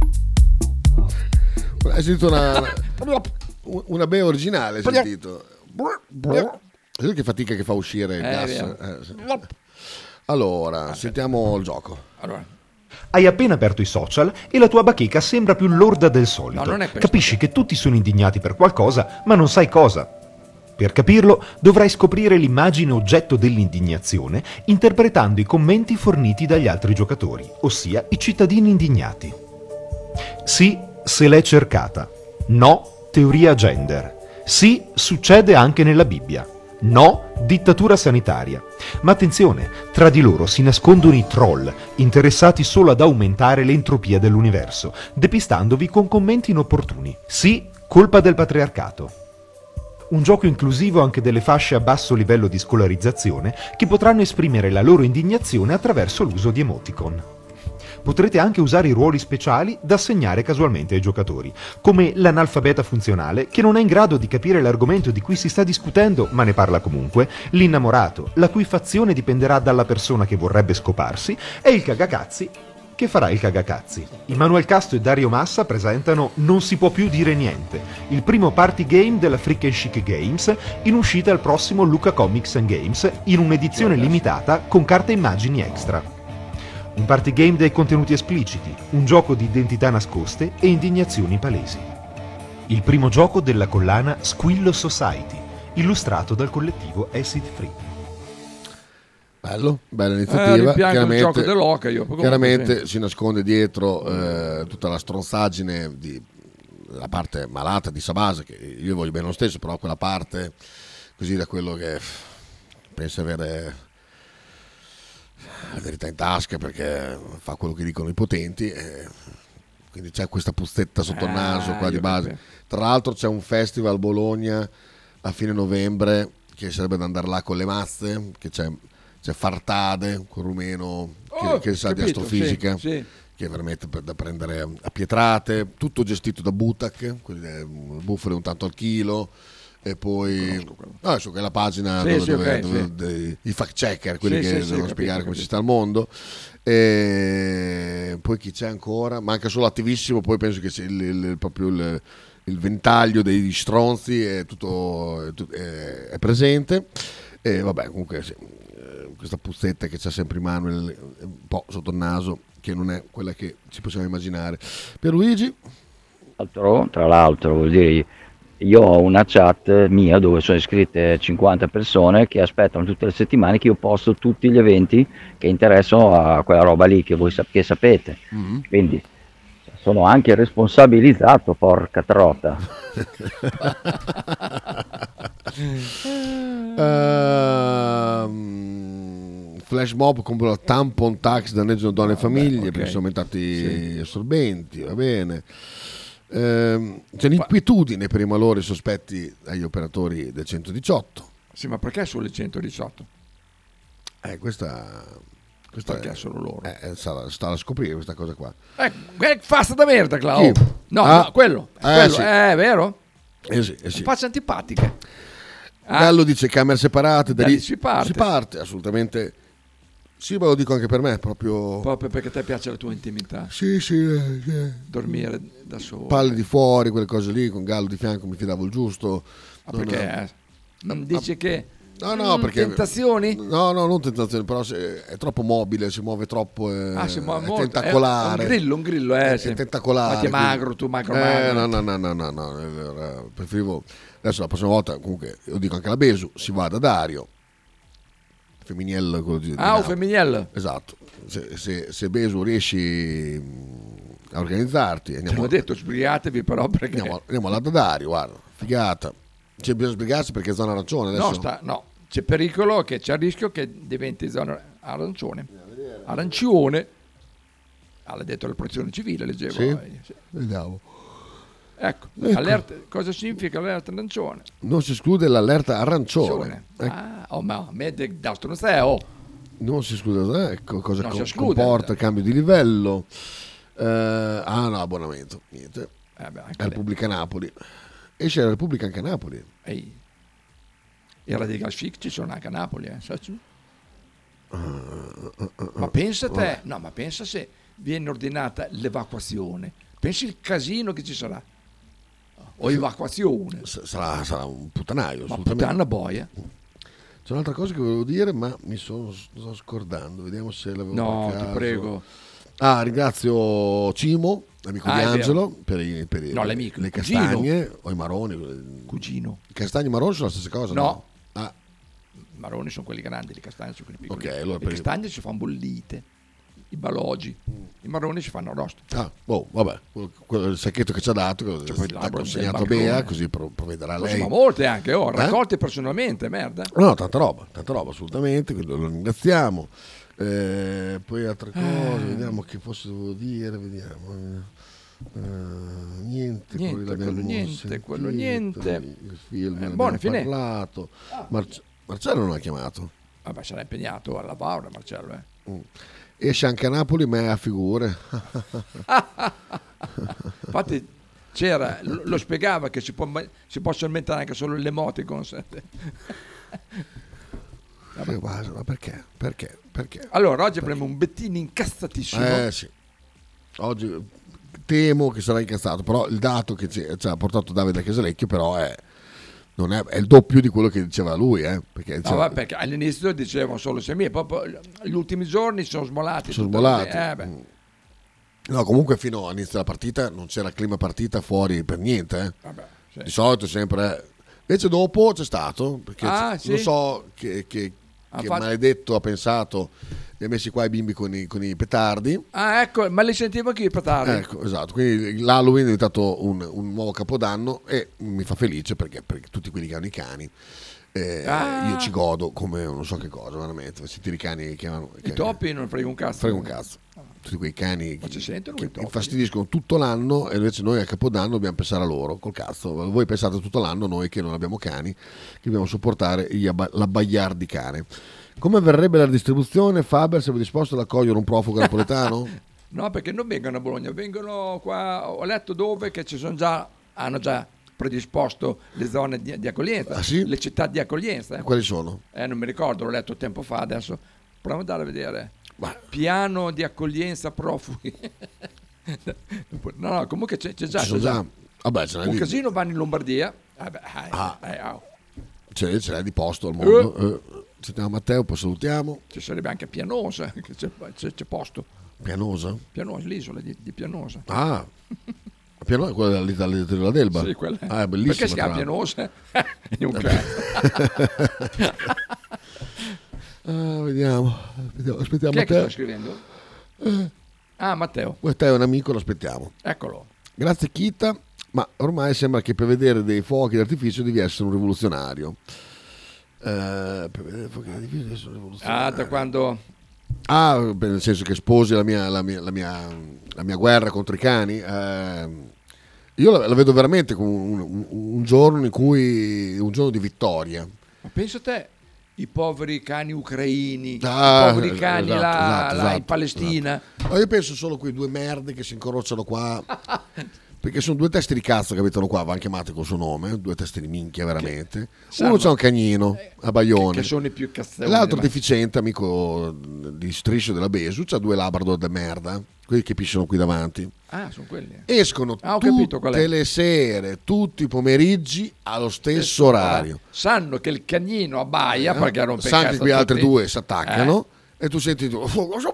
Hai sentito una, una bea originale, hai sentito? Sai che fatica che fa uscire il Eh, gas? vero. Eh, sì. Allora, sentiamo il gioco. Allora. Hai appena aperto i social e la tua bacheca sembra più lorda del solito. No, non è questo. Capisci che tutti sono indignati per qualcosa, ma non sai cosa. Per capirlo, dovrai scoprire l'immagine oggetto dell'indignazione interpretando i commenti forniti dagli altri giocatori, ossia i cittadini indignati. Sì, se l'è cercata. No, teoria gender. Sì, succede anche nella Bibbia. No, dittatura sanitaria. Ma attenzione, tra di loro si nascondono i troll, interessati solo ad aumentare l'entropia dell'universo, depistandovi con commenti inopportuni. Sì, colpa del patriarcato. Un gioco inclusivo anche delle fasce a basso livello di scolarizzazione che potranno esprimere la loro indignazione attraverso l'uso di emoticon. Potrete anche usare i ruoli speciali da assegnare casualmente ai giocatori, come l'analfabeta funzionale che non è in grado di capire l'argomento di cui si sta discutendo ma ne parla comunque, l'innamorato, la cui fazione dipenderà dalla persona che vorrebbe scoparsi, e il cagacazzi che farà il cagacazzi. Emanuel Casto e Dario Massa presentano Non si può più dire niente, il primo party game della Freak and Chic Games, in uscita al prossimo Luca Comics and Games in un'edizione limitata con carte e immagini extra. Un party game dai contenuti espliciti, un gioco di identità nascoste e indignazioni palesi. Il primo gioco della collana Squillo Society, illustrato dal collettivo Acid Free. Bello, bella Eh, iniziativa. rimpiango il chiaramente gioco dell'Oca io, comunque, chiaramente sì. si nasconde dietro eh, tutta la stronzaggine di la parte malata di Sabasa, che io voglio bene lo stesso, però quella parte così da quello che pensa avere la verità in tasca perché fa quello che dicono i potenti, e quindi c'è questa puzzetta sotto il naso Ah, qua di io base. capito. Tra l'altro c'è un festival a Bologna a fine novembre che sarebbe da andare là con le mazze, che c'è, c'è Fartade, quel rumeno che, Oh, che sa di capito, astrofisica, sì, sì. che è veramente per- da prendere a pietrate, tutto gestito da Butac, quindi eh, bufale un tanto al chilo. E poi no, su quella pagina Sì, dove, sì, dove- ok, dove- sì. dei- i fact checker, quelli Sì, che sì, sì, devono capito, spiegare come capito. si sta al mondo. E poi chi c'è ancora? Manca solo Attivissimo, poi penso che sia il, il- proprio il, il ventaglio degli stronzi è tutto è, tut- è- è presente. E vabbè, comunque sì, eh, questa puzzetta che c'ha sempre in mano il- un po' sotto il naso, che non è quella che ci possiamo immaginare. Pierluigi? Altro, tra l'altro, vuol dire, io ho una chat mia dove sono iscritte cinquanta persone che aspettano tutte le settimane che io posto tutti gli eventi che interessano a quella roba lì che voi sap- che sapete. Mm-hmm. Quindi sono anche responsabilizzato, porca trota. Ehm, Flash mob compra la tampon tax, danneggiano donne e famiglie, ok. perché sono aumentati Sì. gli assorbenti, va bene. Ehm, c'è l'inquietudine per i malori sospetti agli operatori del centodiciotto. Sì, ma perché solo il centodiciotto? Eh, questa, questa Perché è, solo loro? eh, sta, sta a scoprire questa cosa qua. Eh, che fassa da merda, Clau. Chi? No, Ah. no, quello. Eh, quello. sì. È vero? Eh sì, eh sì. Facce antipatiche. Ah. Gallo dice camere separate, da Da lì lì si parte. si parte, assolutamente. Sì, ma lo dico anche per me, proprio Proprio perché a te piace la tua intimità. Sì, sì, eh, eh. Dormire da solo. palle di fuori, quelle cose lì, con Gallo di fianco mi fidavo il giusto. Ah, Non- perché eh, non dici che No, no, Mm, perché tentazioni? No, no, non tentazioni, però se- è troppo mobile, si muove troppo, è, Ah, si muove è molto. tentacolare. È un grillo, un grillo, eh, È, sì. è tentacolare. Ma ti è quindi- magro, tu magro, eh, magro. No, no, no, no, no, no, allora, preferivo adesso la prossima volta, comunque, lo dico anche alla Besu, si va da Dario. Femminile, quello di, di Ah, un Napoli. femminile. Esatto. Se, se, se Besu riesci mh, a organizzarti, Te andiamo, l'ho detto, sbrigatevi però perché... andiamo, andiamo là da Dario, guarda, figata. C'è bisogna sbrigarsi perché è zona arancione adesso. No, sta, no, c'è pericolo, che c'è il rischio che diventi zona arancione. Arancione. Ah, l'ha detto la protezione civile, leggevo. Sì? eh, sì. Vediamo. Ecco, Ecco. allerta- cosa significa allerta arancione? Non si esclude l'allerta arancione. Ecco. Ah, oh, ma a me de- d'altro sei, oh. Non si esclude, ecco cosa Non si co- esclude. comporta il cambio di livello. Eh, ah no, abbonamento, niente. Eh beh, anche La Repubblica Napoli. Esce la Repubblica anche a Napoli. Ehi. I Radical Chic ci sono anche a Napoli, eh, sai? Ma pensa te, Vabbè. no, ma pensa se viene ordinata l'evacuazione. Pensi il casino che ci sarà. O evacuazione. Sarà, sarà un puttanaio, Ma assolutamente. puttana boia. C'è un'altra cosa che volevo dire, ma mi sono sto scordando. Vediamo se l'avevo No, per ti caso. prego. Ah, ringrazio Cimo, amico Ah, di è Angelo, per, i, per i- No, l'amico, le il cugino. castagne o i maroni. Cugino. I castagni e i maroni sono la stessa cosa? No. Ah, Maroni sono quelli grandi, i castagni sono quelli piccoli. Ok, allora Le per- castagne si fanno bollite, i balogi, i marroni si fanno arrosto. ah, boh, vabbè, quello- quello- il sacchetto che ci ha dato, che poi l'ha l'albero consegnato a del balcone. Bea, così pro- provvederà lei. Insomma, molte anche, oh, Eh? raccolte personalmente, merda. No, tanta roba, tanta roba, assolutamente, quindi lo ringraziamo. Eh, poi altre cose, Eh. vediamo che posso dovevo dire, vediamo. Eh, niente, Niente, quello l'abbiamo quello niente, sentito, quello niente. Il film Eh, ne buono, abbiamo finì. parlato. Marce- Marcello non ha chiamato. Vabbè, sarà impegnato a lavorare, Marcello, eh. Mm. Esce anche a Napoli, ma è a figure. Infatti c'era, lo, lo spiegava che si, può, si possono mettere anche solo l'emoticons. Eh, guarda, ma perché? Perché? Perché? Allora, oggi avremo un Bettini incazzatissimo. Eh sì. Oggi temo che sarà incazzato, però il dato che ci, ci ha portato Davide Casalecchio però è, non è, è il doppio di quello che diceva lui, eh, perché No, diceva- vabbè, perché all'inizio dicevano solo sei mie, proprio gli ultimi giorni si sono smolati. sono tutte- smolati. eh, beh. Mm. No, comunque fino all'inizio della partita non c'era clima partita fuori per niente, eh. Vabbè, sì. Di solito sempre eh. Invece dopo c'è stato, perché Ah, c- sì? non so che, che, Ha che fatto- maledetto ha pensato, li ha messi qua i bimbi con i, con i petardi. Ah, ecco, ma li sentivo anche i petardi. Ecco, esatto, quindi l'Halloween è diventato un, un nuovo capodanno e mi fa felice perché, perché tutti quelli che hanno i cani, eh, Ah. io ci godo come non so che cosa, veramente. Sentire i cani che hanno... I topi non frega un cazzo. Frega un cazzo. Tutti quei cani Ma ci sentono che quei topi? infastidiscono tutto l'anno e invece noi a Capodanno dobbiamo pensare a loro, col cazzo. Voi pensate tutto l'anno, noi che non abbiamo cani, che dobbiamo sopportare gli abba- l'abbaiar di cane. Come verrebbe la distribuzione? Faber, siamo disposti ad accogliere un profugo napoletano? No, perché non vengono a Bologna, vengono qua, ho letto dove che ci sono già, hanno già predisposto le zone di, di accoglienza, Ah, sì? le città di accoglienza. eh. Quali sono? Eh, non mi ricordo, l'ho letto tempo fa, adesso proviamo ad andare a vedere. Piano di accoglienza profughi. No, no, comunque c'è, c'è già. Ci sono c'è già. già. Vabbè, ce l'hai Un di, casino vanno in Lombardia. Eh beh, eh, Ah. eh, oh. ce, ce l'hai di posto al mondo. Eh. Sentiamo Matteo, poi salutiamo. Ci sarebbe anche Pianosa, che c'è, c'è, c'è posto. Pianosa? Pianosa, l'isola di, di Pianosa. Ah, Pianosa, quella dell'Italia della Delba? Sì, quella è. Ah, è bellissima. Perché si chiama tra Pianosa? È un l'altro. cazzo. Ah, vediamo. Aspettiamo, aspettiamo Chi è che Matteo. sta scrivendo? Eh. Ah, Matteo. Matteo è un amico, lo aspettiamo. Eccolo. Grazie Kita, ma ormai sembra che per vedere dei fuochi d'artificio devi essere un rivoluzionario. Eh, per vedere fuochi d'artificio devi essere un rivoluzionario. Ah, da quando... Ah, beh, nel senso che sposi la mia, la mia, la mia, la mia guerra contro i cani. Eh, io la, la vedo veramente come un, un, un giorno in cui un giorno di vittoria. Ma pensa te, i poveri cani ucraini, Ah, i poveri cani esatto, là, esatto, là esatto, in Palestina. esatto. Ma io penso solo a quei due merde che si incrociano qua. Perché sono due teste di cazzo che abitano qua, vanno chiamati col suo nome, due teste di minchia veramente. sanno- Uno c'ha un cagnino a Baione, che- che sono i più cazzoni, l'altro ma- deficiente, amico di Striscio della Besu, c'ha due Labrador de merda, quelli che pisciano qui davanti. Ah, sono quelli. Escono Ah, ho capito qual è. tutte le sere, tutti i pomeriggi allo stesso orario. Sanno che il cagnino abbaia Eh, perché rompe il Sanno cazzo che qui a altri tutti. due si attaccano e tu senti tu,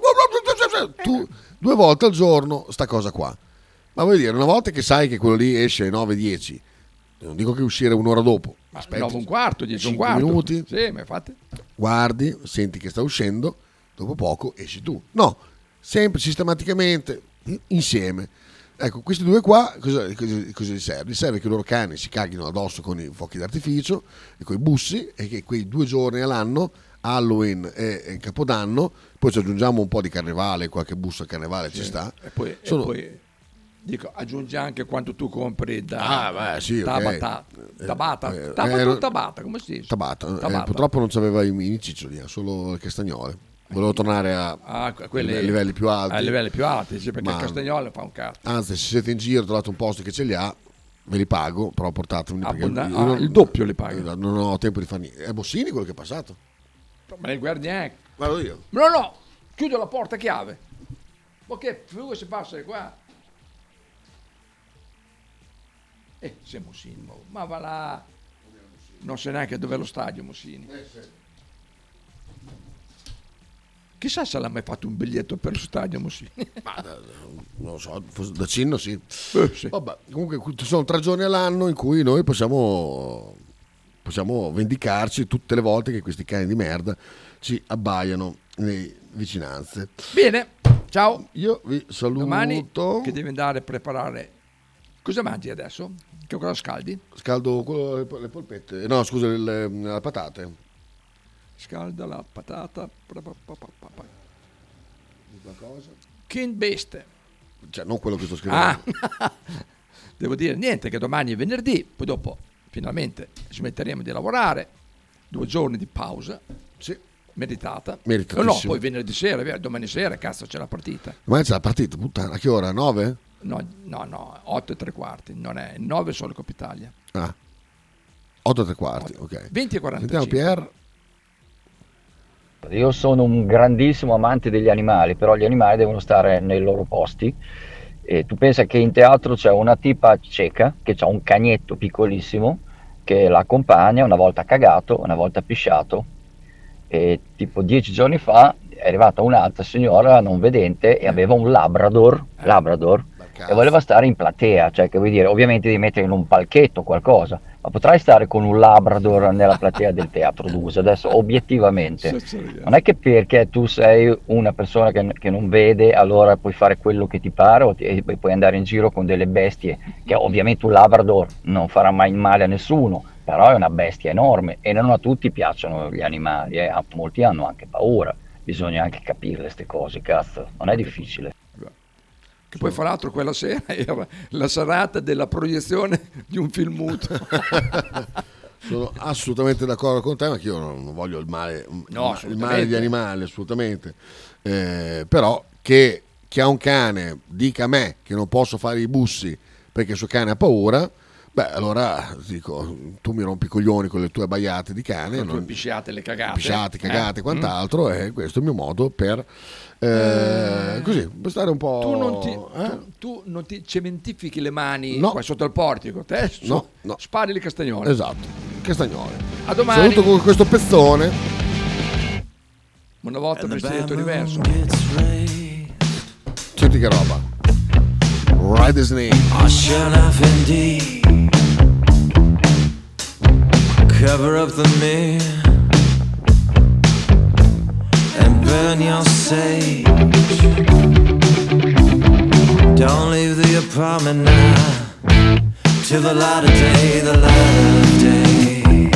tu due volte al giorno sta cosa qua. Ma vuol dire, una volta che sai che quello lì esce alle nove dieci, non dico che uscire un'ora dopo, aspetta nove un quarto, dieci un cinque quarto. minuti, Sì, ma infatti. guardi, senti che sta uscendo, dopo poco esci tu. No, sempre sistematicamente insieme. Ecco, questi due qua cosa, cosa, cosa gli serve? Gli serve che i loro cani si caghino addosso con i fuochi d'artificio e con i bussi e che quei due giorni all'anno, Halloween e, e Capodanno, poi ci aggiungiamo un po' di carnevale, qualche busso a carnevale ci sta. E poi, Sono- e poi dico, aggiungi anche quanto tu compri da Ah, beh, sì, ok. tabata, tabata, Eh, tabata eh, o tabata, come si dice? Tabata. Eh, Tabata. purtroppo non c'aveva i, i ciccioli, solo le castagnole. Volevo tornare a, Ah, quelli- a livelli più alti. A livelli più alti, sì, perché Ma- il castagnolo fa un cazzo. Anzi, se siete in giro, trovate un posto che ce li ha, ve li pago, però portatemi. perché Abbonda- io ah, non- il doppio li paghi. Non ho tempo di fare niente. È Bossini quello che è passato. Ma ne guardi neanche. Guardo io. No, no, chiudo la porta a chiave. Ma che figura si passa di qua? Eh, sei Mussini, mo- ma va là. Non sai neanche dov'è lo stadio, Mussini. Chissà se l'ha mai fatto un biglietto per lo stadio, Mussini. Ma da- non lo so, forse da Cinno sì. Eh, sì. Vabbè, comunque ci sono tre giorni all'anno in cui noi possiamo, possiamo vendicarci tutte le volte che questi cani di merda ci abbaiano nelle vicinanze. Bene, ciao. Io vi saluto. Domani che devi andare a preparare. Cosa mangi adesso? Che cosa scaldi? Scaldo quello- le, le polpette. No, scusa, le, le patate. Scalda la patata. pa, pa, pa, pa, pa. Qualcosa? King Beste. Cioè, non quello che sto scrivendo. Ah, devo dire niente, che domani è venerdì, poi dopo finalmente smetteremo di lavorare, due giorni di pausa, sì. meritata. Meritatissimo. No, no, poi venerdì sera, via, domani sera, cazzo, c'è la partita. Domani c'è la partita, puttana. A che ora? nove? No, no, no, otto e tre quarti, non è nove solo Coppa Italia. Ah. otto e tre quarti, ok. venti e quarantacinque. Sentiamo Pier. Io sono un grandissimo amante degli animali, però gli animali devono stare nei loro posti. E tu pensa che in teatro c'è una tipa cieca che ha un cagnetto piccolissimo che l'accompagna, una volta cagato, una volta pisciato. E tipo dieci giorni fa è arrivata un'altra signora non vedente e aveva un Labrador, Labrador e voleva stare in platea, cioè che vuol dire, ovviamente devi mettere in un palchetto qualcosa, ma potrai stare con un Labrador nella platea del teatro d'uso, adesso obiettivamente. Non è che perché tu sei una persona che, che non vede, allora puoi fare quello che ti pare o ti- e puoi andare in giro con delle bestie, che ovviamente un Labrador non farà mai male a nessuno, però è una bestia enorme e non a tutti piacciono gli animali, eh, a molti hanno anche paura, bisogna anche capire queste cose, cazzo, non è difficile. Che poi fra l'altro quella sera era la serata della proiezione di un film muto. Sono assolutamente d'accordo con te, ma che io non, non voglio il male, No, il male assolutamente. degli animali, assolutamente. Eh, però che chi ha un cane dica a me che non posso fare i bussi perché il suo cane ha paura, Beh, allora dico, tu mi rompi i coglioni con le tue baiate di cane, Con le tue non- pisciate, le cagate. pisciate, cagate Eh. e quant'altro, e questo è il mio modo per eh, così per stare un po'. Tu non, ti, eh? tu, tu non ti cementifichi le mani No. qua sotto il portico, te su- No, no. spari le castagnole. Esatto, castagnole. A domani. Saluto con questo pezzone. Una volta vestito diverso. Senti che roba. Ride the Snake. I shall have indeed cover up the mirror and burn your sage. Don't leave the apartment now till the light of day, the light of day.